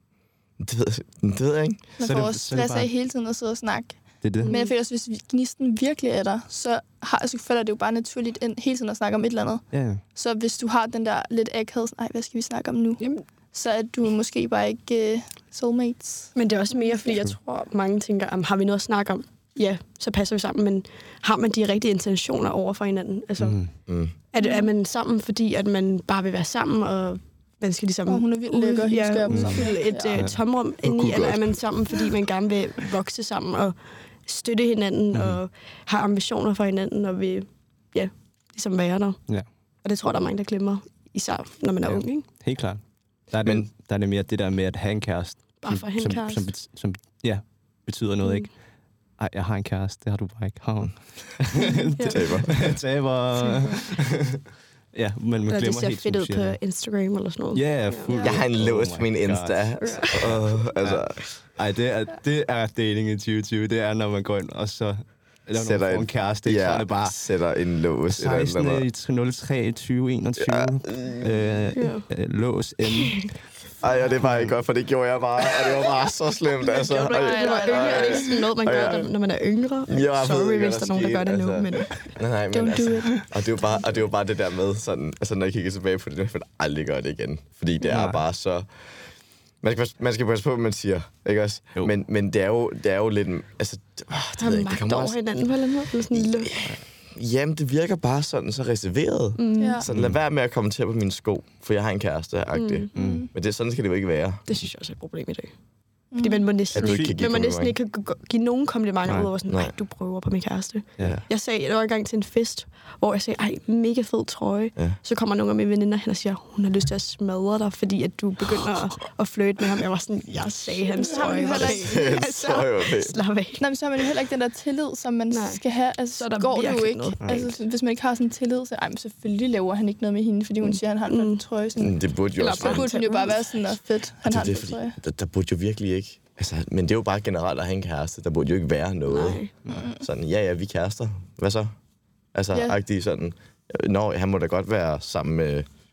Speaker 1: det, ved, jeg- det ved jeg ikke.
Speaker 4: Man
Speaker 2: Så er
Speaker 4: får
Speaker 2: det-
Speaker 4: også
Speaker 2: så er det
Speaker 4: stress af
Speaker 2: bare-
Speaker 4: hele tiden at sidde og snakke.
Speaker 2: Det er det.
Speaker 4: Men jeg føler også, hvis gnisten virkelig er der, så har, så føler det jo bare naturligt ind, hele tiden at snakke om et eller andet.
Speaker 2: Ja, ja.
Speaker 4: Så hvis du har den der lidt akavet, nej, hvad skal vi snakke om nu?
Speaker 3: Jamen,
Speaker 4: Så er du måske bare ikke uh, soulmates.
Speaker 3: men det er også mere, fordi jeg tror, mange tænker, om har vi noget at snakke om? Ja, så passer vi sammen, men har man de rigtige intentioner over for hinanden? Altså,
Speaker 2: Mm.
Speaker 1: Mm.
Speaker 3: er, det, er man sammen, fordi at man bare vil være sammen, og man skal ligesom...
Speaker 4: Og hun er vildt lækker, hende skal jeg på sammen.
Speaker 3: udfylde et
Speaker 4: Ja.
Speaker 3: ja. uh, tomrum indeni,
Speaker 1: kunne
Speaker 3: eller er
Speaker 1: godt.
Speaker 3: man sammen, fordi man gerne vil vokse sammen og støtte hinanden,
Speaker 2: Mhm.
Speaker 3: mm. og har ambitioner for hinanden, og vil, ja, ligesom være der.
Speaker 2: Ja.
Speaker 3: Og det tror jeg, der er mange, der glemmer, især når man er
Speaker 2: Ja.
Speaker 3: ung, ikke?
Speaker 2: Helt klart. Der er,
Speaker 1: Men-
Speaker 2: det, der er det mere det der med at have en kæreste.
Speaker 3: Bare for at have en
Speaker 2: som,
Speaker 3: kæreste.
Speaker 2: Som, bet- som, ja, betyder noget,
Speaker 3: Mm.
Speaker 2: ikke? Ej, jeg har en kæreste, det har du bare ikke. Har hun.
Speaker 3: Ja.
Speaker 1: Taber.
Speaker 2: Taber. Ja, men man
Speaker 3: Eller det
Speaker 2: glemmer
Speaker 3: ser
Speaker 2: helt,
Speaker 3: fedt
Speaker 2: som
Speaker 3: ud
Speaker 2: du
Speaker 3: på
Speaker 2: siger.
Speaker 3: Instagram eller sådan noget.
Speaker 2: Ja, fuldt.
Speaker 1: Jeg har en lås
Speaker 2: Oh
Speaker 1: på min
Speaker 2: my
Speaker 1: Insta. Uh, altså,
Speaker 2: Ej, det er, det er dating i tyve tyve. Det er, når man går ind og så... Eller når
Speaker 1: Sætter
Speaker 2: man får
Speaker 1: en-
Speaker 2: en kæreste, ikke? Så er
Speaker 1: ja,
Speaker 2: det bare
Speaker 1: sætter en lås. et eller andet,
Speaker 2: seksten
Speaker 1: eller-
Speaker 2: nul tre tyve enogtyve.
Speaker 1: Ja.
Speaker 2: Øh, øh, lås M.
Speaker 1: Ej, og det var ikke godt, for det gjorde jeg bare. Og det var bare så slemt, altså.
Speaker 3: Det var,
Speaker 1: Ej,
Speaker 3: det var yngre. Er det ikke sådan noget, man
Speaker 1: Ej,
Speaker 3: gør,
Speaker 1: ja.
Speaker 3: når man er yngre?
Speaker 1: Jeg ved
Speaker 3: Sorry,
Speaker 1: ikke, hvad
Speaker 3: hvis
Speaker 1: der
Speaker 3: der er nogen, der gør det nu,
Speaker 1: skete,
Speaker 3: men...
Speaker 1: Nej, nej, men
Speaker 4: Don't
Speaker 1: altså,
Speaker 4: do it.
Speaker 1: og det var bare, og det var bare det der med sådan, altså når jeg kigger tilbage på det, jeg vil aldrig gøre det igen, fordi det er
Speaker 2: Nej.
Speaker 1: bare så. Man skal, man skal passe på, hvad man siger, ikke også?
Speaker 2: Jo.
Speaker 1: Men, men det er jo, det er jo lidt, altså, åh, det
Speaker 3: Har
Speaker 1: ved jeg ikke, det
Speaker 3: magt
Speaker 1: kommer
Speaker 3: over
Speaker 1: også.
Speaker 3: hinanden på en eller anden måde? Eller sådan lidt.
Speaker 1: Jamen, det virker bare sådan så reserveret.
Speaker 3: Mm.
Speaker 4: Ja.
Speaker 1: Så lad være med at kommentere på mine sko, for jeg har en kæreste, agtig.
Speaker 3: Mm.
Speaker 2: Mm.
Speaker 1: Men det, sådan skal det jo ikke være.
Speaker 3: Det synes jeg også er et problem i dag. Fordi man må næsten,
Speaker 1: At du ikke kan
Speaker 3: ikke,
Speaker 1: give
Speaker 3: man må næsten ikke
Speaker 1: kompliment.
Speaker 3: kan give nogen komplimenter
Speaker 2: Nej.
Speaker 3: ud over sådan,
Speaker 1: Nej.
Speaker 3: nej, du prøver på min kæreste.
Speaker 2: Ja.
Speaker 3: Jeg sagde, jeg var engang til en fest, hvor jeg sagde, ej, mega fed trøje.
Speaker 1: Ja.
Speaker 3: Så kommer nogle af mine veninder hen og siger, hun har lyst til at smadre dig, fordi at du begynder at, at flirte med ham. Jeg var sådan, jeg sagde, hans
Speaker 4: Så har man
Speaker 3: trøje
Speaker 4: jo
Speaker 3: var
Speaker 4: heller
Speaker 3: pæn.
Speaker 4: ikke-
Speaker 3: Altså,
Speaker 1: Så er jo det.
Speaker 3: slap af.
Speaker 4: Nej, men så har man jo heller ikke den der tillid, som man
Speaker 3: Nej.
Speaker 4: skal have. Altså,
Speaker 3: Så
Speaker 4: så
Speaker 3: er der
Speaker 4: går det jo
Speaker 3: virkelig
Speaker 4: ikke.
Speaker 3: noget
Speaker 4: Altså, hvis man ikke har sådan en tillid, så ej, men selvfølgelig laver han ikke noget med hende, fordi hun siger, at han har en
Speaker 3: Mm.
Speaker 4: mm. trøje. Sådan.
Speaker 1: Mm, Det burde jo
Speaker 3: Eller
Speaker 1: også
Speaker 4: Så
Speaker 1: være.
Speaker 4: burde hun jo bare være sådan, og fedt, han
Speaker 1: det,
Speaker 4: har
Speaker 1: er
Speaker 4: en
Speaker 1: det,
Speaker 4: fed
Speaker 1: fordi,
Speaker 4: trøje.
Speaker 1: der, der burde jo virkelig ikke. Altså, men det er jo bare generelt at have en kæreste. Der burde jo ikke være noget.
Speaker 3: Nej.
Speaker 1: Sådan, ja, ja, vi er kærester. Hvad så? Altså,
Speaker 4: Ja.
Speaker 1: yeah. agtigt sådan. Nå, han må da godt være sammen med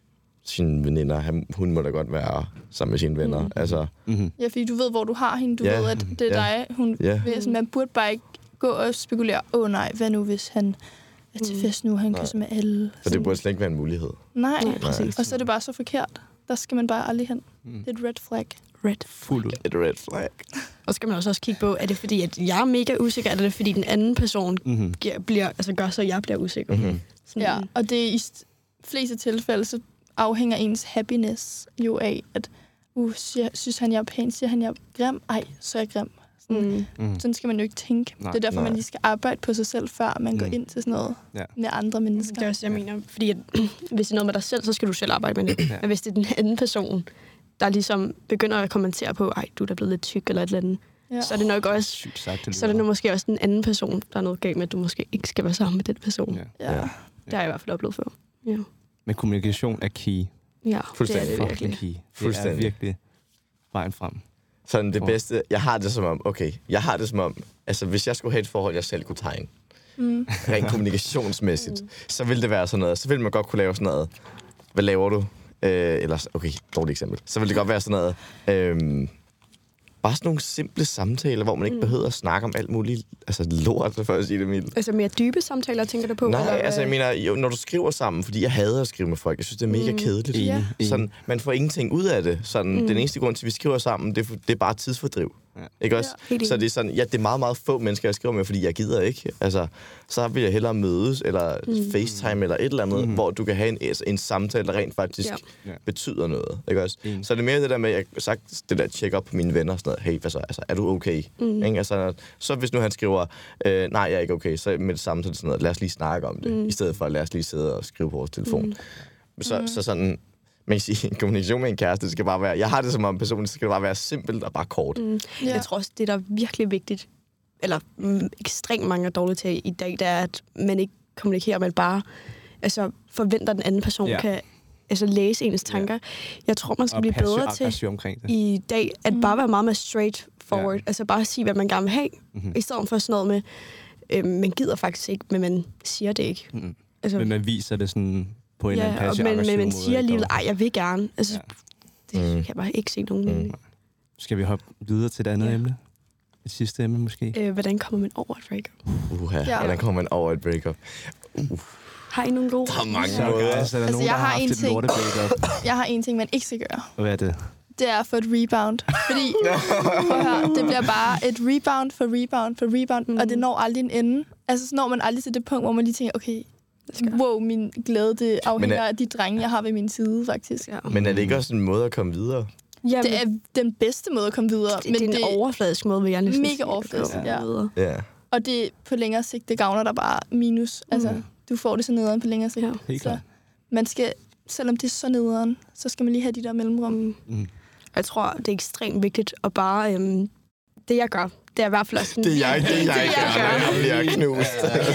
Speaker 1: sine veninder. Han, hun må da godt være sammen med sine venner.
Speaker 3: Mm.
Speaker 1: Altså,
Speaker 2: Mm-hmm.
Speaker 4: Ja, fordi du ved, hvor du har hende. Du
Speaker 1: Ja,
Speaker 4: ved, at det er
Speaker 1: ja,
Speaker 4: dig. Hun
Speaker 1: ja.
Speaker 4: vil, sådan, man burde bare ikke gå og spekulere, åh oh, nej, hvad nu, hvis han er til
Speaker 3: Mm.
Speaker 4: fest nu, han
Speaker 1: Nej.
Speaker 4: kysser med alle.
Speaker 1: For det burde slet ikke være en mulighed.
Speaker 4: Nej,
Speaker 3: Nej, præcis.
Speaker 4: og så er det bare så forkert. Der skal man bare aldrig hen.
Speaker 2: Mm.
Speaker 4: Det er et red flag.
Speaker 3: Red.
Speaker 2: Fuld ud.
Speaker 1: Et red flag.
Speaker 3: Og så skal man også, også kigge på, er det fordi, at jeg er mega usikker, eller er det fordi, den anden person
Speaker 2: Mm-hmm.
Speaker 3: giver, bliver, altså gør så, jeg bliver usikker?
Speaker 1: Mm-hmm.
Speaker 3: Sådan,
Speaker 4: Ja, og det er i st- fleste tilfælde, så afhænger ens happiness jo af, at uh, siger, synes han, jeg er pæn, siger han, jeg er grim, ej, så er jeg grim. Sådan,
Speaker 3: Mm.
Speaker 2: Mm.
Speaker 4: sådan skal man jo ikke tænke.
Speaker 2: Nej.
Speaker 4: Det er derfor,
Speaker 1: Nej.
Speaker 4: man lige skal arbejde på sig selv, før man går
Speaker 2: Mm.
Speaker 4: ind til sådan noget
Speaker 2: Ja.
Speaker 4: med andre mennesker.
Speaker 3: Det er også det, jeg mener. Fordi at, hvis det er noget med dig selv, så skal du selv arbejde med det.
Speaker 2: Ja.
Speaker 3: Men hvis det er den anden person, der ligesom begynder at kommentere på, ej, du er da blevet lidt tyk eller et eller andet,
Speaker 4: Ja.
Speaker 3: så er det nok også,
Speaker 2: Sygt sagt, det
Speaker 3: så er det
Speaker 2: lyder.
Speaker 3: nu måske også den anden person, der er noget galt med, at du måske ikke skal være sammen med den person.
Speaker 2: Ja.
Speaker 3: Ja.
Speaker 4: Ja.
Speaker 3: Det har jeg i hvert fald oplevet før. Ja,
Speaker 2: Men kommunikation er key.
Speaker 3: ja det er
Speaker 1: Fuldstændig.
Speaker 3: det
Speaker 2: Fucking
Speaker 3: virkelig.
Speaker 2: key. Det er
Speaker 1: Fuldstændig.
Speaker 2: virkelig vejen frem.
Speaker 1: Sådan det
Speaker 2: Tror.
Speaker 1: bedste, jeg har det som om, okay, jeg har det som om, altså hvis jeg skulle have et forhold, jeg selv kunne tegne,
Speaker 4: Mm.
Speaker 1: rent kommunikationsmæssigt, så ville det være sådan noget, så ville man godt kunne lave sådan noget, hvad laver du? Øh, eller, okay, dårligt eksempel. Så ville det godt være sådan noget, øh, bare sådan nogle simple samtaler, hvor man ikke
Speaker 3: Mm.
Speaker 1: behøver at snakke om alt muligt, altså lort, for at sige det mildt.
Speaker 3: Altså mere dybe samtaler, tænker du på?
Speaker 1: Nej,
Speaker 3: eller hvad?
Speaker 1: altså jeg mener, jo, når du skriver sammen, fordi jeg hader at skrive med folk, jeg synes, det er mega
Speaker 3: Mm.
Speaker 1: kedeligt.
Speaker 4: Ja.
Speaker 2: Enig.
Speaker 1: Sådan, man får ingenting ud af det. Sådan,
Speaker 3: Mm.
Speaker 1: Den eneste grund til, at vi skriver sammen, det er, det er bare tidsfordriv.
Speaker 2: Ja.
Speaker 1: Ikke også?
Speaker 3: Helt
Speaker 1: Så
Speaker 3: enig.
Speaker 1: det er sådan, ja, det er meget, meget få mennesker, jeg skriver med, fordi jeg gider ikke. Altså, så vil jeg hellere mødes, eller
Speaker 3: Mm.
Speaker 1: FaceTime, eller et eller andet,
Speaker 2: Mhm.
Speaker 1: hvor du kan have en, altså, en samtale, der rent faktisk
Speaker 3: Ja.
Speaker 2: Ja.
Speaker 1: betyder noget. Ikke også?
Speaker 2: Enig.
Speaker 1: Så det er mere det der med, at jeg har sagt det der check op på mine venner, sådan noget, hey, hvad så, altså, er du okay?
Speaker 3: Mm.
Speaker 1: Ikke? Altså, så hvis nu han skriver, øh, nej, jeg er ikke okay, så med det samme, så er det sådan noget, lad os lige snakke om det,
Speaker 3: Mm.
Speaker 1: i stedet for at lad os lige sidde og skrive på vores telefon.
Speaker 3: Mm.
Speaker 1: Så,
Speaker 4: Mm.
Speaker 1: så sådan, man kan sige, en kommunikation med en kæreste, det skal bare være, jeg har det som om personligt, det skal bare være simpelt og bare kort.
Speaker 3: Mm.
Speaker 4: Ja.
Speaker 3: Jeg tror også, det der er virkelig vigtigt, eller mm, ekstremt mange er dårlige til i dag, det er, at man ikke kommunikerer, men bare altså, forventer, at den anden person
Speaker 2: Ja.
Speaker 3: kan altså, læse ens tanker. Jeg tror, man skal
Speaker 2: Og
Speaker 3: blive
Speaker 2: passiv
Speaker 3: bedre til
Speaker 2: aggressiv omkring det.
Speaker 3: i dag, at
Speaker 4: Mm.
Speaker 3: bare være meget mere straight forward.
Speaker 2: Ja.
Speaker 3: Altså bare sige, hvad man gerne vil have,
Speaker 2: Mm-hmm.
Speaker 3: i stedet for sådan noget med, øh, man gider faktisk ikke, men man siger det ikke.
Speaker 2: Mm-hmm.
Speaker 3: Altså,
Speaker 2: Men man viser det sådan på en eller anden
Speaker 3: ja, og,
Speaker 2: passiv
Speaker 3: men, men
Speaker 2: aggressiv
Speaker 3: man
Speaker 2: måde,
Speaker 3: siger
Speaker 2: ikke?
Speaker 3: alligevel,
Speaker 2: Og-
Speaker 3: ej, jeg vil gerne. Altså,
Speaker 2: Ja.
Speaker 3: det
Speaker 1: Mm.
Speaker 3: kan jeg bare ikke se nogen
Speaker 1: Mm.
Speaker 3: mening.
Speaker 2: Skal vi hoppe videre til et andet
Speaker 3: Ja.
Speaker 2: emne? Et sidste emne måske?
Speaker 3: Øh, hvordan kommer man over et breakup?
Speaker 1: Uha,
Speaker 4: Ja.
Speaker 1: hvordan kommer man over et breakup?
Speaker 3: Har I nogle gode?
Speaker 1: Der er mange
Speaker 2: Så
Speaker 1: måder.
Speaker 2: altså, er der
Speaker 4: Altså,
Speaker 2: nogen,
Speaker 4: jeg
Speaker 2: der har
Speaker 4: har
Speaker 2: haft
Speaker 4: en
Speaker 2: et
Speaker 4: ting.
Speaker 2: lortebreakup?
Speaker 4: Jeg har en ting, man ikke skal gøre.
Speaker 2: Og hvad er det?
Speaker 4: Det er at få et rebound. Fordi, prøv at høre, det bliver bare et rebound for rebound for rebound,
Speaker 3: Mm.
Speaker 4: mm. og det når aldrig en ende. Altså, så når man aldrig til det punkt, hvor man lige tænker, okay, wow, min glæde, det afhænger
Speaker 1: er-
Speaker 4: af de drenge, jeg har ved min side, faktisk.
Speaker 3: Ja.
Speaker 1: Men er det ikke også en måde at komme videre?
Speaker 3: Jamen,
Speaker 4: Det er den bedste måde at komme videre.
Speaker 3: det, det er en
Speaker 4: det,
Speaker 3: overfladisk måde, vil jeg næsten
Speaker 4: Mega
Speaker 3: sige, at
Speaker 4: overfladisk,
Speaker 3: komme
Speaker 4: ja.
Speaker 3: videre.
Speaker 1: Ja.
Speaker 4: og det på længere sigt, det gavner dig bare minus. Altså,
Speaker 3: Mm.
Speaker 4: du får det så nederen på længere sigt.
Speaker 3: Ja.
Speaker 2: Helt
Speaker 4: Så
Speaker 2: klart.
Speaker 4: man skal, selvom det er så nederen, så skal man lige have de der mellemrum.
Speaker 3: Mm.
Speaker 2: Mm.
Speaker 3: Jeg tror, det er ekstremt vigtigt at bare... Øhm, det, jeg gør, det er i hvert fald også sådan...
Speaker 1: Det er jeg, det er jeg,
Speaker 3: Det er jeg
Speaker 1: gør,
Speaker 3: gør.
Speaker 1: når jeg bliver knust.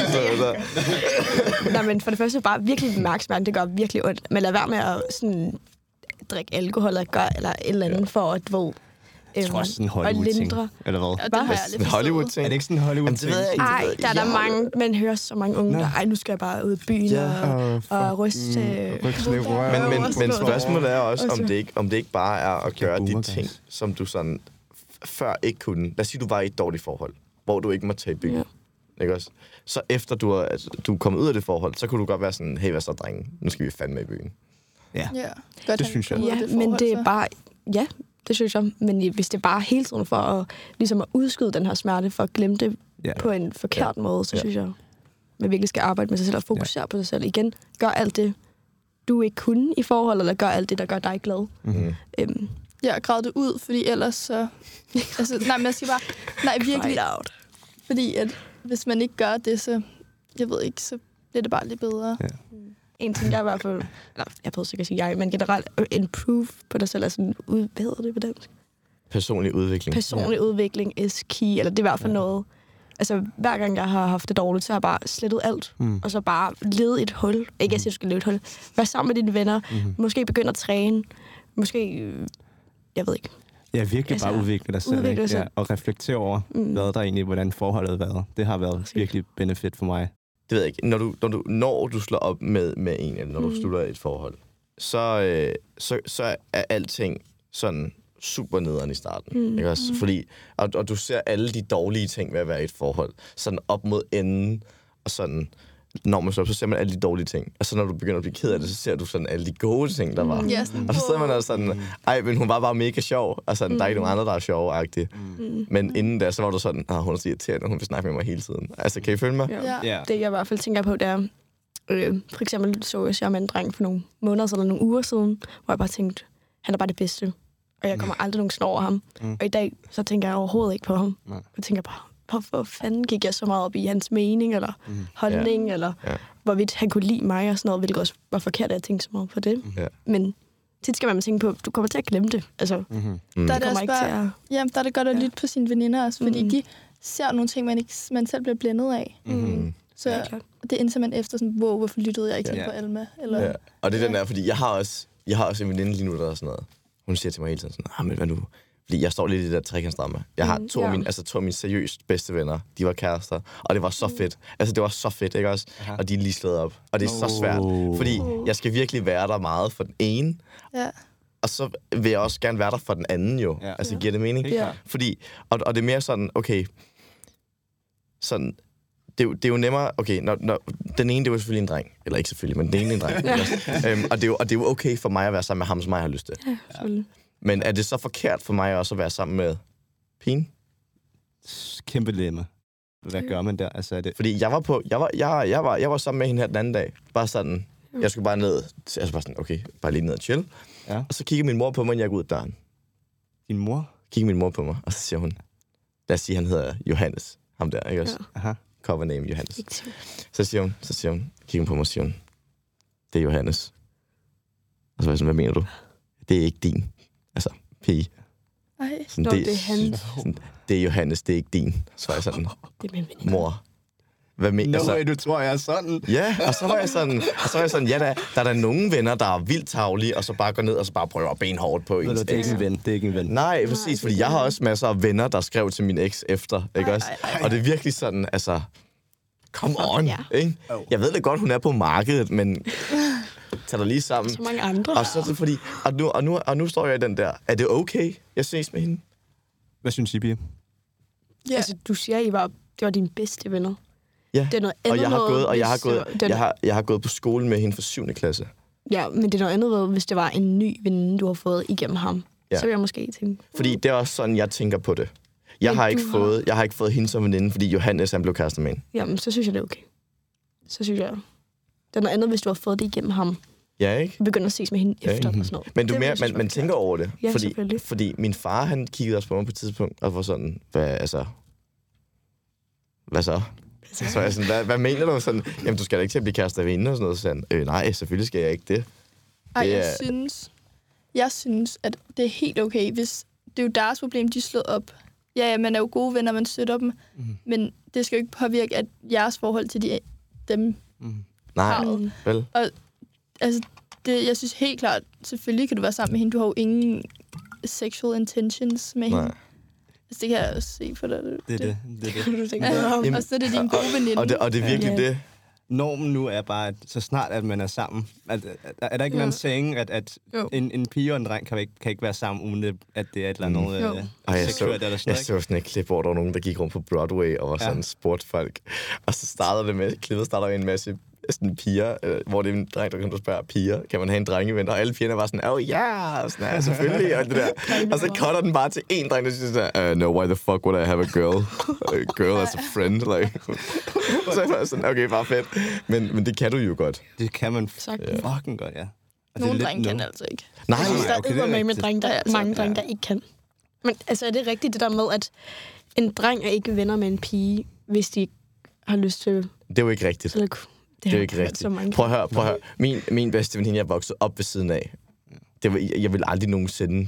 Speaker 3: Nej, men for det første bare virkelig mærke smerten. Det gør virkelig ondt. Men lad være med at sådan, drikke alkohol eller, gøre, eller et eller andet for at hvor...
Speaker 2: Jeg tror også sådan en Hollywood-ting.
Speaker 3: lindre.
Speaker 2: Eller hvad?
Speaker 4: Og det
Speaker 3: Hvad?
Speaker 4: har jeg
Speaker 1: En
Speaker 4: aldrig
Speaker 1: Hollywood-ting?
Speaker 2: Er det ikke sådan en
Speaker 1: Jamen,
Speaker 2: Hollywood-ting?
Speaker 1: det ved jeg ikke.
Speaker 3: Ej, der er der
Speaker 1: Jeg-
Speaker 3: mange... Man hører så mange unge,
Speaker 2: Nå.
Speaker 3: der... Ej, nu skal jeg bare ud i byen
Speaker 1: Ja.
Speaker 3: og, og ryste... øh,
Speaker 2: Ryste lidt rør.
Speaker 1: Men, men,
Speaker 3: også
Speaker 1: men
Speaker 3: noget.
Speaker 1: spørgsmålet er også,
Speaker 3: Og
Speaker 1: om
Speaker 3: så-
Speaker 1: det ikke, om det ikke bare er at gøre de
Speaker 2: boomer,
Speaker 1: ting,
Speaker 2: guys.
Speaker 1: som du sådan f- før ikke kunne. Lad os sige, du var i et dårligt forhold, hvor du ikke må tage i byen.
Speaker 3: Ja.
Speaker 1: Ikke også? Så efter du er, altså, du er kommet ud af det forhold, så kunne du godt være sådan, hey, hvad så, drenge? Nu skal vi fandme i byen.
Speaker 2: Ja.
Speaker 4: Ja, godt,
Speaker 2: Det
Speaker 4: han
Speaker 2: synes jeg.
Speaker 4: kom ud af
Speaker 3: Ja,
Speaker 4: det
Speaker 3: men
Speaker 4: forhold,
Speaker 3: det er
Speaker 4: så.
Speaker 3: bare... Ja, det synes jeg. Men hvis det er bare hele tiden for at, ligesom at udskyde den her smerte, for at glemme det
Speaker 2: Ja.
Speaker 3: på en forkert måde, så
Speaker 1: Ja.
Speaker 3: synes jeg, man virkelig skal arbejde med sig selv og fokusere ja. på sig selv. Igen, gør alt det, du ikke kunne i forhold, eller gør alt det, der gør dig glad.
Speaker 2: Mm-hmm.
Speaker 3: Øhm,
Speaker 4: Ja, græd det ud, fordi ellers så... altså, nej, men jeg skal bare... Nej, virkelig.
Speaker 3: fight out.
Speaker 4: Fordi at hvis man ikke gør det, så... Jeg ved ikke, så bliver det bare lidt bedre.
Speaker 2: Ja.
Speaker 3: En ting, jeg i hvert fald... Eller, jeg prøver sikkert at sige jeg, men generelt øh, improve på dig selv, er sådan... Ud, hvad hedder det på dansk?
Speaker 1: Personlig udvikling.
Speaker 3: Personlig ja. udvikling is key, eller det er i hvert fald ja. noget... Altså, hver gang jeg har haft det dårligt, så har jeg bare slettet alt,
Speaker 2: Mm.
Speaker 3: og så bare levet et hul. Ikke, at jeg siger, du skal leve et hul. Vær sammen med dine venner.
Speaker 2: Mm-hmm.
Speaker 3: Måske begynde at træne. Måske... øh, Jeg ved ikke.
Speaker 2: Ja, virkelig
Speaker 3: Altså,
Speaker 2: bare udvikle dig selv,
Speaker 3: udvikle
Speaker 2: ikke?
Speaker 3: dig selv.
Speaker 2: Ja, og reflektere over,
Speaker 3: Mm.
Speaker 2: hvad der egentlig, hvordan forholdet har været. Det har været
Speaker 3: Præcis.
Speaker 2: virkelig benefit for mig.
Speaker 1: Det ved jeg ikke. Når du, når du, når du slår op med, med en, eller når du
Speaker 3: Mm.
Speaker 1: slutter et forhold, så, øh, så, så er alting sådan super nederen i starten. Mm. Ikke også? Fordi, og, og du ser alle de dårlige ting ved at være i et forhold. Sådan op mod enden, og sådan... Når man så, så ser man alle de dårlige ting. Og så når du begynder at blive ked af det, så ser du sådan alle de gode ting, der var.
Speaker 4: Mm. Yes.
Speaker 1: Og så sidder man altså sådan, ej, men hun var bare mega sjov. Og sådan, mm. der er ikke nogen andre, der er sjove-agtige. Mm. Men inden da, så var du sådan, ah, hun er så irriterende, hun vil snakke med mig hele tiden. Altså, kan I følge mig?
Speaker 3: Ja.
Speaker 4: Ja.
Speaker 3: Det jeg i hvert fald tænker på, det er, øh, for eksempel så jeg med en dreng for nogle måneder eller nogle uger siden, hvor jeg bare tænkte, han er bare det bedste. Og jeg kommer aldrig nogensinde over ham. Mm. Og i dag, så tænker jeg overhovedet ikke på ham.
Speaker 2: Nej.
Speaker 3: Jeg tænker bare, hvorfor fanden gik jeg så meget op i hans mening, eller mm. holdning,
Speaker 1: Ja.
Speaker 3: eller
Speaker 1: Ja.
Speaker 3: hvorvidt han kunne lide mig og sådan noget, hvilket også var forkert, at jeg tænkte så meget på det.
Speaker 1: Ja.
Speaker 3: Men tit skal man tænke på, du kommer til at glemme det. Altså,
Speaker 2: Mm-hmm.
Speaker 1: Mm.
Speaker 4: Der er
Speaker 3: du
Speaker 4: det
Speaker 3: kommer
Speaker 4: også
Speaker 3: ikke til
Speaker 4: bare,
Speaker 3: at...
Speaker 4: jamen, der er det godt at
Speaker 3: Ja.
Speaker 4: lytte på sine veninder også, fordi
Speaker 3: Mm.
Speaker 4: de ser nogle ting, man, ikke, man selv bliver blændet af.
Speaker 1: Mm.
Speaker 4: Så
Speaker 3: Ja, klart.
Speaker 4: det indser man efter sådan, wow, hvorfor lyttede jeg ikke
Speaker 1: Ja.
Speaker 4: ja. på Alma? Eller,
Speaker 1: Ja. Og det er den der, fordi jeg har også, jeg har også en veninde lige nu, der er sådan noget. Hun siger til mig hele tiden sådan, ah, men hvad nu? Fordi jeg står lidt i det der trekantsdrama. Jeg har
Speaker 3: Mm,
Speaker 1: to af
Speaker 3: ja.
Speaker 1: mine, altså to af mine seriøst bedste venner. De var kærester, og det var så fedt. Altså, det var så fedt, ikke også?
Speaker 2: Aha.
Speaker 1: Og de er lige slået op. Og det er så svært,
Speaker 2: Oh.
Speaker 1: fordi jeg skal virkelig være der meget for den ene,
Speaker 4: ja.
Speaker 1: og så vil jeg også gerne være der for den anden jo.
Speaker 2: Ja.
Speaker 1: Altså, giver det mening?
Speaker 2: Helt
Speaker 3: Ja.
Speaker 2: klart.
Speaker 1: Fordi, og, og det er mere sådan, okay, sådan, det, er jo- det er jo nemmere, okay, når, når, den ene, det er jo selvfølgelig en dreng, eller ikke selvfølgelig, men den ene er en dreng. ja. øhm, og, det er jo, og det er jo okay for mig at være sammen med ham, som jeg har lyst til.
Speaker 3: Ja, selvfølgelig.
Speaker 1: Men er det så forkert for mig også at være sammen med pigen?
Speaker 2: Kæmpe dilemma. Hvad gør man der? Altså, er det...
Speaker 1: Fordi jeg var på, jeg var, jeg, jeg var, jeg var sammen med hende her den anden dag. Bare sådan, jeg skulle bare ned, altså bare sådan, okay, bare lige ned og chill.
Speaker 2: Ja.
Speaker 1: Og så kigger min mor på mig, når jeg går ud af døren.
Speaker 2: Din mor?
Speaker 1: Kigger min mor på mig, og så siger hun, lad os sige, han hedder Johannes. Ham der, ikke også?
Speaker 2: Aha.
Speaker 1: Cover name Johannes.
Speaker 3: Ikke tvivl.
Speaker 1: Så siger hun, så siger hun, kigger hun på mig og siger hun, det er Johannes. Og så var jeg sådan, hvad mener du? Det er ikke din. Altså, pige.
Speaker 4: Ej.
Speaker 1: Sådan,
Speaker 3: Nå, det er hans.
Speaker 1: Sådan, det er Johannes, det er ikke din. Så var jeg sådan,
Speaker 3: Det er min veninde.
Speaker 1: mor. Hvad mener
Speaker 2: No
Speaker 1: altså,
Speaker 2: way, du tror, jeg er sådan.
Speaker 1: ja, og så var jeg sådan, og så var jeg sådan, ja, der, der er der nogle venner, der er vildt tavlige, og så bare går ned og så bare prøver at benhårdt på
Speaker 2: Ved
Speaker 1: ens
Speaker 2: du, det er
Speaker 1: eks.
Speaker 2: ikke en ven. Det er ikke en ven.
Speaker 1: Nej, præcis, fordi jeg har også masser af venner, der skrev til min eks efter, ikke
Speaker 4: Ej,
Speaker 1: også?
Speaker 4: ej, ej.
Speaker 1: Og det er virkelig sådan, altså, come on,
Speaker 3: Ja.
Speaker 1: ikke? Jeg ved da godt, hun er på markedet, men tag dig lige sammen.
Speaker 3: Så mange andre.
Speaker 1: Og så er det fordi, og nu, og, nu, og nu står jeg i den der, er det okay, jeg ses med hende?
Speaker 2: Hvad synes I, Pia?
Speaker 4: Ja.
Speaker 3: Altså, du siger, I var, det var dine bedste venner.
Speaker 1: Ja,
Speaker 3: Det er noget
Speaker 1: og
Speaker 3: andet
Speaker 1: jeg har
Speaker 3: noget,
Speaker 1: gået, og jeg har
Speaker 3: hvis det
Speaker 1: gået,
Speaker 3: var- den-
Speaker 1: jeg har, jeg har gået på skole med hende fra syvende klasse.
Speaker 3: Ja, men det er noget andet, ved, hvis det var en ny veninde, du har fået igennem ham.
Speaker 1: Ja.
Speaker 3: Så vil jeg måske tænke...
Speaker 1: Fordi det er også sådan, jeg tænker på det. Jeg
Speaker 3: Men
Speaker 1: har
Speaker 3: du
Speaker 1: ikke
Speaker 3: har-
Speaker 1: fået, jeg har ikke fået hende som veninde, fordi Johannes han blev kærester med hende.
Speaker 3: Jamen, så synes jeg, det er okay. Så synes jeg... Det er noget andet, hvis du har fået det igennem ham.
Speaker 1: Ja, ikke?
Speaker 3: Begynder at ses med hende
Speaker 1: Ja,
Speaker 3: efter
Speaker 1: ikke?
Speaker 3: og sådan noget.
Speaker 1: Men du
Speaker 3: Det
Speaker 1: mere,
Speaker 3: synes jeg
Speaker 1: man,
Speaker 3: var
Speaker 1: man
Speaker 3: forkert.
Speaker 1: tænker over det.
Speaker 3: Ja,
Speaker 1: fordi,
Speaker 3: selvfølgelig.
Speaker 1: fordi min far, han kiggede også på mig på et tidspunkt, og var sådan, hvad, altså... Hvad så? Så var jeg sådan, hvad, hvad mener du? Sådan, jamen, du skal da ikke til at blive kærester ved hende og sådan noget. Så sagde han, øh, nej, selvfølgelig skal jeg ikke det.
Speaker 4: Ej,
Speaker 1: Det
Speaker 4: jeg
Speaker 1: er-
Speaker 4: synes, jeg synes, at det er helt okay, hvis det er jo deres problem, de slår op. Ja, ja, man er jo gode venner, man støtter dem,
Speaker 2: Mhm.
Speaker 4: men det skal jo ikke påvirke at jeres forhold til de, dem.
Speaker 2: Mm.
Speaker 1: Nej,
Speaker 3: Mm.
Speaker 1: vel?
Speaker 4: Altså, det, jeg synes helt klart, selvfølgelig kan du være sammen med hende, du har jo ingen sexual intentions med hende.
Speaker 1: Nej.
Speaker 4: Altså, det kan jeg også se på dig.
Speaker 2: Det er det. det, er det.
Speaker 3: Du tænker
Speaker 4: Ja,
Speaker 3: på ham.
Speaker 1: Jamen,
Speaker 4: og så er det din gode veninde.
Speaker 1: Og det, og det er virkelig
Speaker 3: Ja.
Speaker 1: det.
Speaker 2: Normen nu er bare, at så snart at man er sammen, at, at, er der ikke en eller anden saying, at, at
Speaker 3: Jo.
Speaker 2: en, en pige og en dreng kan ikke, kan ikke være sammen, uden det- at det er et eller andet
Speaker 3: Jo.
Speaker 2: mm.
Speaker 1: Og jeg så,
Speaker 2: seksuelt eller sådan
Speaker 1: jeg
Speaker 2: noget, ikke?
Speaker 1: så sådan et klip, hvor der var nogen, der gik rundt på Broadway og var sådan
Speaker 2: Ja.
Speaker 1: sportfolk. Og så startede det med, klippet starter med en masse sådan piger, øh, hvor det er en dreng, der kan du spørge piger, kan man have en drengeven? Og alle pigerne var sådan, oh ja, yeah! sådan, ja, selvfølgelig, og alt det der. Og så cutter den bare til en dreng, der siger sådan, uh, no, why the fuck would I have a girl? A girl as a friend, like. Så jeg var sådan, okay, bare fedt. Men, men det kan du jo godt.
Speaker 2: Det kan man
Speaker 3: Sagtens.
Speaker 2: fucking godt, ja. Og det er
Speaker 4: Nogle
Speaker 2: lidt
Speaker 4: drenge kan
Speaker 2: no.
Speaker 4: altså ikke.
Speaker 1: Nej,
Speaker 3: Jeg synes,
Speaker 2: nej,
Speaker 3: der
Speaker 2: okay,
Speaker 3: okay,
Speaker 2: det er
Speaker 3: er med med
Speaker 2: rigtigt.
Speaker 3: drenge, der,
Speaker 4: Ja, altså,
Speaker 3: mange drenge, der ikke kan. Men altså, er det rigtigt det der med, at en dreng er ikke venner med en pige, hvis de ikke har lyst til...
Speaker 1: det er jo ikke rigtigt.
Speaker 3: Eller,
Speaker 1: Det er jo ikke rigtigt.
Speaker 3: Så mange
Speaker 1: Prøv at høre, prøv at høre. Min, min bedste veninde, jeg voksede op ved siden af. Det var, jeg, jeg vil aldrig nogensinde...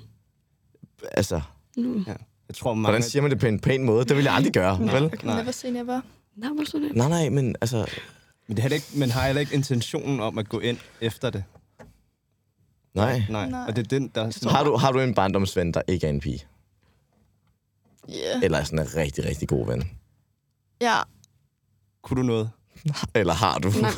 Speaker 1: Altså,
Speaker 3: Mm.
Speaker 2: Ja. Jeg tror, mange...
Speaker 1: hvordan siger man det på en pæn måde? Det vil jeg aldrig gøre, vel?
Speaker 4: Okay,
Speaker 2: Nej.
Speaker 4: never say never.
Speaker 3: Nej, hvor sådan det.
Speaker 1: Nej, nej, men altså...
Speaker 2: Men det er heller ikke, man har heller ikke intentionen om at gå ind efter det.
Speaker 1: Nej.
Speaker 2: Nej.
Speaker 4: Nej.
Speaker 2: Og det er den, der...
Speaker 1: Så har du, har du en barndomsven, der ikke er en pige?
Speaker 4: Yeah.
Speaker 1: Eller sådan en rigtig, rigtig god ven?
Speaker 4: Ja,
Speaker 2: Kunne du noget?
Speaker 1: Eller har du?
Speaker 3: Nej, nej,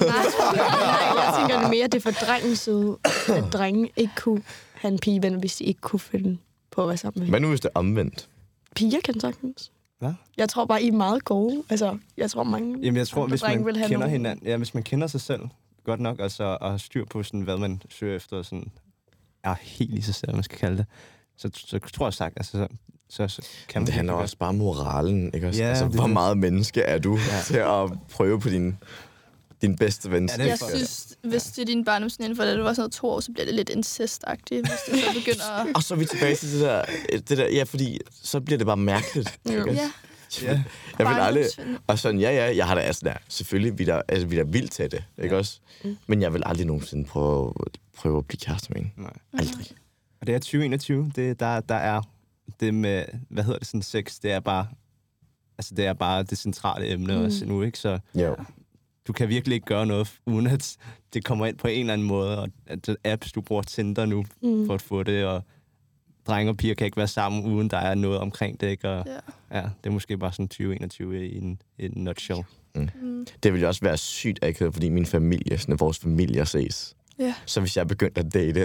Speaker 3: nej, jeg tænker det mere, det er for drengens side, at drenge ikke kunne have en pigeven, hvis de ikke kunne finde på at være sammen med
Speaker 1: Hvad nu, hvis det er omvendt?
Speaker 3: piger kan sagtens.
Speaker 2: Hvad?
Speaker 3: Jeg tror bare, I er meget gode. Altså, jeg tror mange
Speaker 2: Jamen, jeg tror,
Speaker 3: andre
Speaker 2: hvis
Speaker 3: drenge vil
Speaker 2: man
Speaker 3: have
Speaker 2: kender
Speaker 3: nogen.
Speaker 2: hinanden, ja, hvis man kender sig selv godt nok, altså, og har styr på, sådan, hvad man søger efter, og sådan, er helt i sig selv, man skal kalde det, så, så tror jeg sagt, altså, så, så, så kan man
Speaker 1: Det handler
Speaker 2: virkelig
Speaker 1: også bare om moralen, ikke også?
Speaker 2: Ja,
Speaker 1: altså,
Speaker 2: det-
Speaker 1: hvor meget menneske er du ja. til at prøve på din, din bedste ven?
Speaker 2: Ja, det er
Speaker 4: Jeg
Speaker 2: for-
Speaker 4: synes, hvis det er din barndomsveninde, for da du var sådan noget to år, så bliver det lidt incestagtigt, hvis det så begynder at...
Speaker 1: Og så er vi tilbage til det der, det der, ja, fordi så bliver det bare mærkeligt.
Speaker 3: Jo.
Speaker 1: ikke også?
Speaker 4: Ja,
Speaker 1: Jeg, jeg vil aldrig...
Speaker 4: barndomsveninde.
Speaker 1: Og sådan, ja, ja, jeg har da, altså, der, selvfølgelig, vi er der, altså, vi er der vildt til det, ikke
Speaker 2: Ja.
Speaker 1: også? Men jeg vil aldrig nogensinde prøve, prøve at blive kæreste med en.
Speaker 2: Nej.
Speaker 1: Aldrig.
Speaker 2: Og det er tyve enogtyve, det, der, der er det med, hvad hedder det, sådan sex, det er bare, altså det er bare det centrale emne mm. også nu, ikke? Så
Speaker 1: Jo.
Speaker 2: du kan virkelig ikke gøre noget, uden at det kommer ind på en eller anden måde, og at det apps, du bruger Tinder nu,
Speaker 3: Mm.
Speaker 2: for at få det, og drenge og piger kan ikke være sammen, uden der er noget omkring det, ikke? Og,
Speaker 4: Ja.
Speaker 2: ja, det er måske bare sådan tyve enogtyve i en, i en nutshell.
Speaker 4: Mm.
Speaker 1: Det ville jo også være sygt akavet, fordi min familie, sådan at vores familier ses.
Speaker 4: Ja.
Speaker 1: Så hvis jeg begyndte at date,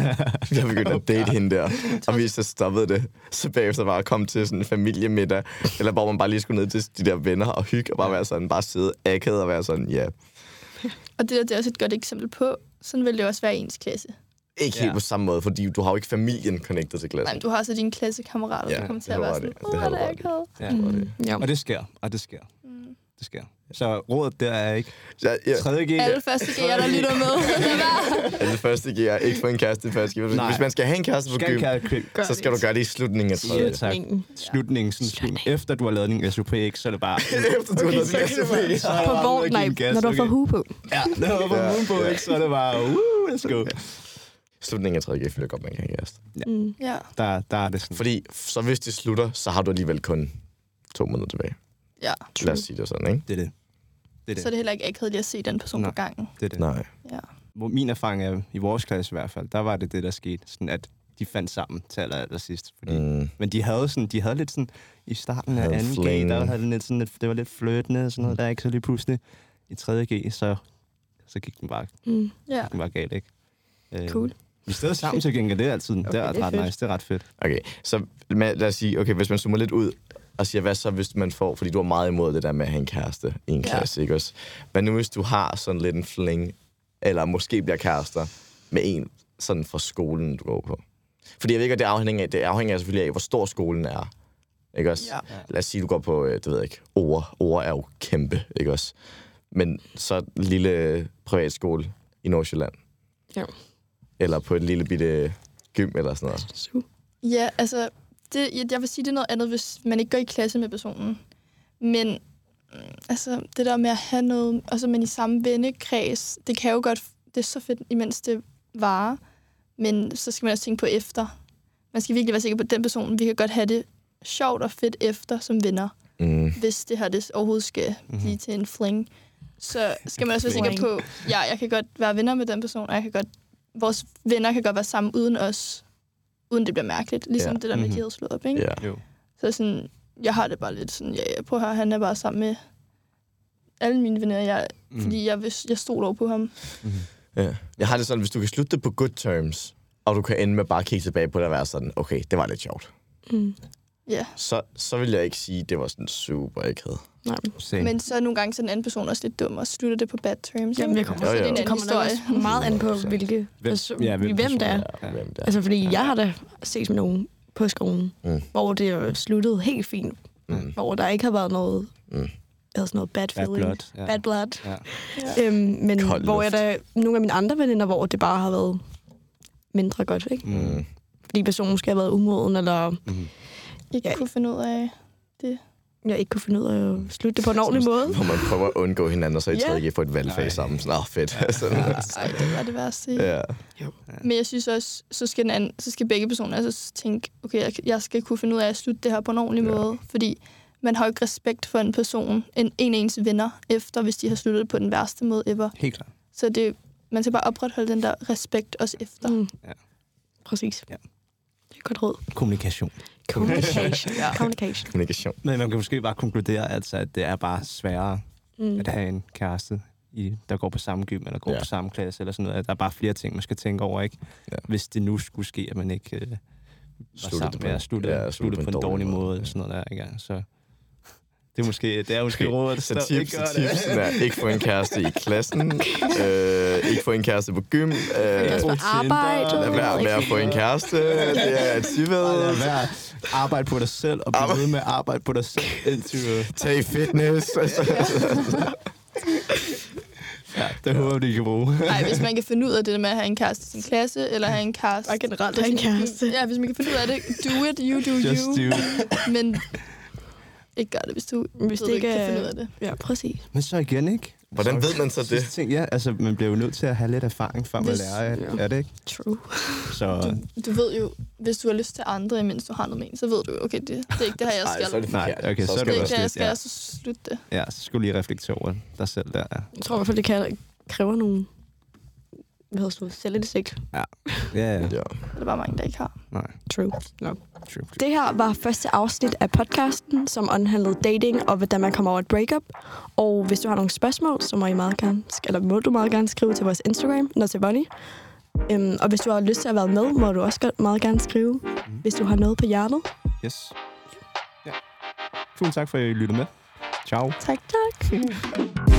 Speaker 1: jeg begyndte at date hende der, og hvis jeg stoppede det, så bagefter bare komme til sådan en familiemiddag, eller hvor man bare lige skulle ned til de der venner og hygge, og bare være sådan, bare sidde akavet og være sådan, ja,
Speaker 4: Og det der, det er også et godt eksempel på, sådan vil det også være i ens klasse.
Speaker 1: ikke
Speaker 2: Ja.
Speaker 1: helt på samme måde, fordi du har jo ikke familien connected til
Speaker 4: Nej,
Speaker 1: klassen.
Speaker 4: men du har så dine klassekammerater,
Speaker 1: Ja,
Speaker 4: der kommer til
Speaker 1: det
Speaker 4: at
Speaker 1: var
Speaker 4: være
Speaker 1: det.
Speaker 4: sådan,
Speaker 1: Det
Speaker 4: åh,
Speaker 1: har
Speaker 4: det
Speaker 1: du
Speaker 4: er
Speaker 1: ret i.
Speaker 4: akavet.
Speaker 2: Ja,
Speaker 3: Mm. Ja.
Speaker 2: og det sker, og det sker,
Speaker 4: Mm.
Speaker 2: det sker. Så rådet der er ikke
Speaker 1: Ja, ja.
Speaker 2: tredje G.
Speaker 4: Alle første G'er, der lytter med. Lad være.
Speaker 1: Ja, det første G er ikke få en kæreste i første G. Hvis
Speaker 2: Nej.
Speaker 1: man skal have en kæreste på
Speaker 2: Skal
Speaker 1: gym,
Speaker 2: kan
Speaker 3: Gør
Speaker 1: så skal du gøre det i slutningen af tredje.
Speaker 2: Ja, tak. Slutningen, sådan, slut, efter du har lavet din S U P, ikke, så er det bare...
Speaker 1: Efter du har lavet din S F P.
Speaker 2: så er det
Speaker 3: På
Speaker 2: bare
Speaker 3: hvor,
Speaker 2: ud at
Speaker 3: nej,
Speaker 2: give den gas,
Speaker 3: når du får
Speaker 2: okay?
Speaker 3: hue på.
Speaker 2: Ja, når du får
Speaker 1: Ja.
Speaker 2: hue på, ikke, så er det bare... Uh, let's go.
Speaker 1: Slutningen af tredje G føler jeg godt, man kan have en kæreste.
Speaker 3: Mm.
Speaker 4: Ja.
Speaker 2: Der, der er det sådan...
Speaker 1: Fordi så hvis det slutter, så har du alligevel kun to måneder tilbage.
Speaker 4: Ja.
Speaker 1: Lad os sige det sådan, ikke?
Speaker 2: Det er det. Det er det.
Speaker 4: Så er det heller ikke akavet lige at se den person
Speaker 2: Nej.
Speaker 4: på gangen.
Speaker 2: det, er det.
Speaker 1: Nej.
Speaker 4: Ja.
Speaker 2: Hvor min erfaring er, i vores klasse i hvert fald, der var det det, der skete. Sådan at de fandt sammen til aller, aller sidst. Fordi,
Speaker 1: Mm.
Speaker 2: Men de havde, sådan, de havde lidt sådan... I starten af
Speaker 1: Havde
Speaker 2: anden G,
Speaker 1: fling.
Speaker 2: der havde det lidt sådan lidt, det var lidt flirtende og sådan noget, der ikke så lige pludselig. I tredje G, så, så gik den bare,
Speaker 3: Mm.
Speaker 4: Ja.
Speaker 2: den bare galt, ikke? Øh,
Speaker 3: Cool.
Speaker 2: Vi er stadig sammen til gengæld, det er altid, okay, det er
Speaker 3: det er
Speaker 2: ret
Speaker 3: fedt.
Speaker 2: nice, det er ret fedt.
Speaker 1: Okay, så med, lad os sige, okay, hvis man zoomer lidt ud og siger, hvad så, hvis man får, fordi du er meget imod det der med at have en kæreste i en
Speaker 4: Ja.
Speaker 1: klasse, ikke også? Hvad nu, hvis du har sådan lidt en fling, eller måske bliver kærester med en sådan fra skolen, du går på? Fordi jeg ved ikke, at det afhænger af, det afhænger af selvfølgelig af, hvor stor skolen er, ikke også?
Speaker 4: Ja.
Speaker 1: Lad os sige, du går på, øh, det ved jeg ikke, Ore. Ore er jo kæmpe, ikke også? Men så en lille privatskole i Nordsjælland.
Speaker 3: Ja.
Speaker 1: Eller på et lille bitte gym eller sådan noget.
Speaker 3: Super.
Speaker 4: Ja, altså, det, jeg, jeg vil sige, det er noget andet, hvis man ikke går i klasse med personen. Men mm, altså, det der med at have noget, altså men i samme vennekreds, det kan jo godt, det er så fedt, imens det varer. Men så skal man også tænke på efter. Man skal virkelig være sikker på, at den person, vi kan godt have det sjovt og fedt efter som venner,
Speaker 1: Mm.
Speaker 4: hvis det her det overhovedet skal
Speaker 2: Mhm.
Speaker 4: blive til en fling. Så skal man også være sikker
Speaker 3: Fling.
Speaker 4: på, ja, jeg kan godt være venner med den person, og jeg kan godt, vores venner kan godt være sammen uden os, uden det bliver mærkeligt. Ligesom
Speaker 1: Ja.
Speaker 4: det der med, at
Speaker 2: Mhm.
Speaker 4: de havde slået op, ikke?
Speaker 1: Ja.
Speaker 2: Jo.
Speaker 4: Så sådan, jeg har det bare lidt sådan, ja, ja, prøv at høre, han er bare sammen med alle mine venner, jeg,
Speaker 2: Mm.
Speaker 4: mm. fordi jeg, hvis- jeg stod over på ham.
Speaker 1: Ja. Jeg har det sådan, hvis du kan slutte det på good terms, og du kan ende med bare at kigge tilbage på det og være sådan, okay, det var lidt sjovt.
Speaker 3: Mm.
Speaker 4: Ja,
Speaker 1: Så, så vil jeg ikke sige, at det var sådan super akavet.
Speaker 3: Nej.
Speaker 2: Same.
Speaker 4: men så nogle gange så er den anden person også lidt dum, og slutter det på bad terms.
Speaker 3: Jamen,
Speaker 4: ikke?
Speaker 3: jeg kommer,
Speaker 1: Jo,
Speaker 3: så
Speaker 1: jo.
Speaker 3: det, det kommer nok også meget an på,
Speaker 1: Så-
Speaker 3: hvilke
Speaker 2: Hvem-
Speaker 3: perso-
Speaker 2: ja, hvem
Speaker 3: hvem det er.
Speaker 2: Ja.
Speaker 1: Ja. Hvem det er.
Speaker 3: Altså, fordi jeg har da set med nogen på skolen,
Speaker 1: Mm.
Speaker 3: mm. hvor det jo sluttede helt fint.
Speaker 1: Mm.
Speaker 3: Hvor der ikke har været noget,
Speaker 1: Mm.
Speaker 3: altså sådan noget bad
Speaker 2: Bad
Speaker 3: feeling.
Speaker 2: blood. Ja.
Speaker 3: Bad blood.
Speaker 2: Ja.
Speaker 4: Ja.
Speaker 3: Øhm, men
Speaker 1: Kold
Speaker 3: hvor jeg
Speaker 1: luft.
Speaker 3: da nogle af mine andre veninder, hvor det bare har været mindre godt, ikke?
Speaker 2: Mm.
Speaker 3: Fordi personen måske have været umoden, eller
Speaker 2: Mm.
Speaker 4: Ikke
Speaker 3: Ja.
Speaker 4: kunne finde ud af det.
Speaker 3: jeg ikke kunne finde ud af at slutte det på en ordentlig måde.
Speaker 1: Hvor man prøver at undgå hinanden, og så i
Speaker 3: Ja.
Speaker 1: tredje G få et valgfag
Speaker 2: Nej.
Speaker 1: sammen. Sådan, åh, fedt. Sådan.
Speaker 4: Ej, det var det værste.
Speaker 1: Ja.
Speaker 4: Men jeg synes også, så skal, den anden, så skal begge personer altså tænke, okay, jeg, jeg skal kunne finde ud af at slutte det her på en ordentlig
Speaker 1: Ja.
Speaker 4: ja. måde. Fordi man har jo ikke respekt for en person, en, en af ens venner, efter hvis de har sluttet det på den værste måde ever.
Speaker 2: Helt klart.
Speaker 4: Så det, man skal bare opretholde den der respekt også efter. Mm.
Speaker 3: Mm.
Speaker 2: Ja.
Speaker 3: Præcis.
Speaker 2: Ja.
Speaker 3: Det er godt råd.
Speaker 2: Kommunikation.
Speaker 3: Communication.
Speaker 4: Ja.
Speaker 3: Communication.
Speaker 1: Kommunikation.
Speaker 2: Men man kan måske bare konkludere, altså, at det er bare sværere mm. at have en kæreste, i, der går på samme gym, eller går ja. på samme klasse, eller sådan noget. Der er bare flere ting, man skal tænke over, ikke? Ja. Hvis det nu skulle ske, at man ikke øh, var sammen med at slutte, ja, slutte på en dårlig, dårlig måde, eller sådan noget der, ikke? Så det er måske, det er måske rådet,
Speaker 1: så tips, tips er ikke få en kæreste i klassen, øh, ikke få en kæreste på gym, øh,
Speaker 3: på arbejde,
Speaker 1: lad være med at få en kæreste, det er et tivet.
Speaker 2: Lad være arbejde på dig selv, og blive ved med at arbejde på dig selv, indtil
Speaker 1: tag fitness.
Speaker 2: Ja, det håber jeg, de kan bruge.
Speaker 4: Nej, hvis man kan finde ud af det med at have en kæreste i sin klasse, eller have en kæreste...
Speaker 3: Bare generelt have en kæreste.
Speaker 4: Ja, hvis man kan finde ud af det, do it, you do
Speaker 2: Just
Speaker 4: you.
Speaker 2: do it.
Speaker 4: Men ikke gør det, hvis du
Speaker 3: hvis det ikke
Speaker 4: kan finde ud af det.
Speaker 3: Ja, præcis.
Speaker 2: Men så igen, ikke?
Speaker 1: Hvordan
Speaker 2: så,
Speaker 1: ved man så det?
Speaker 2: Ting, ja, altså, man bliver jo nødt til at have lidt erfaring, før man lærer af ja. er det, ikke?
Speaker 3: True.
Speaker 2: Så...
Speaker 4: Du, du ved jo, hvis du har lyst til andre, imens du har noget med en, så ved du jo, okay, det, det er ikke det her, jeg skal.
Speaker 1: Nej, så er det
Speaker 2: Nej, okay, så,
Speaker 1: så
Speaker 2: så
Speaker 4: det er
Speaker 2: det
Speaker 4: ikke det, jeg skal,
Speaker 2: ja.
Speaker 4: så slut det.
Speaker 2: Ja, så skulle du lige reflektere over dig selv der, ja.
Speaker 3: Jeg tror i hvert fald, det kan kræve nogle hvad hedder det, selvindsigt.
Speaker 2: Ja. Ja, ja.
Speaker 1: ja.
Speaker 4: Det er bare mange, der ikke har.
Speaker 2: Nej.
Speaker 3: True. No.
Speaker 2: True, true.
Speaker 3: Det her var første afsnit af podcasten, som omhandlede dating og hvordan man kommer over et breakup. Og hvis du har nogle spørgsmål, så må, I meget gerne, eller må du meget gerne skrive til vores Instagram, Notabonnie. Um, og hvis du har lyst til at være med, må du også meget gerne skrive, mm. hvis du har noget på hjertet.
Speaker 2: Yes. Ja. Tusind tak for, at I lyttede med. Ciao.
Speaker 3: Tak, tak.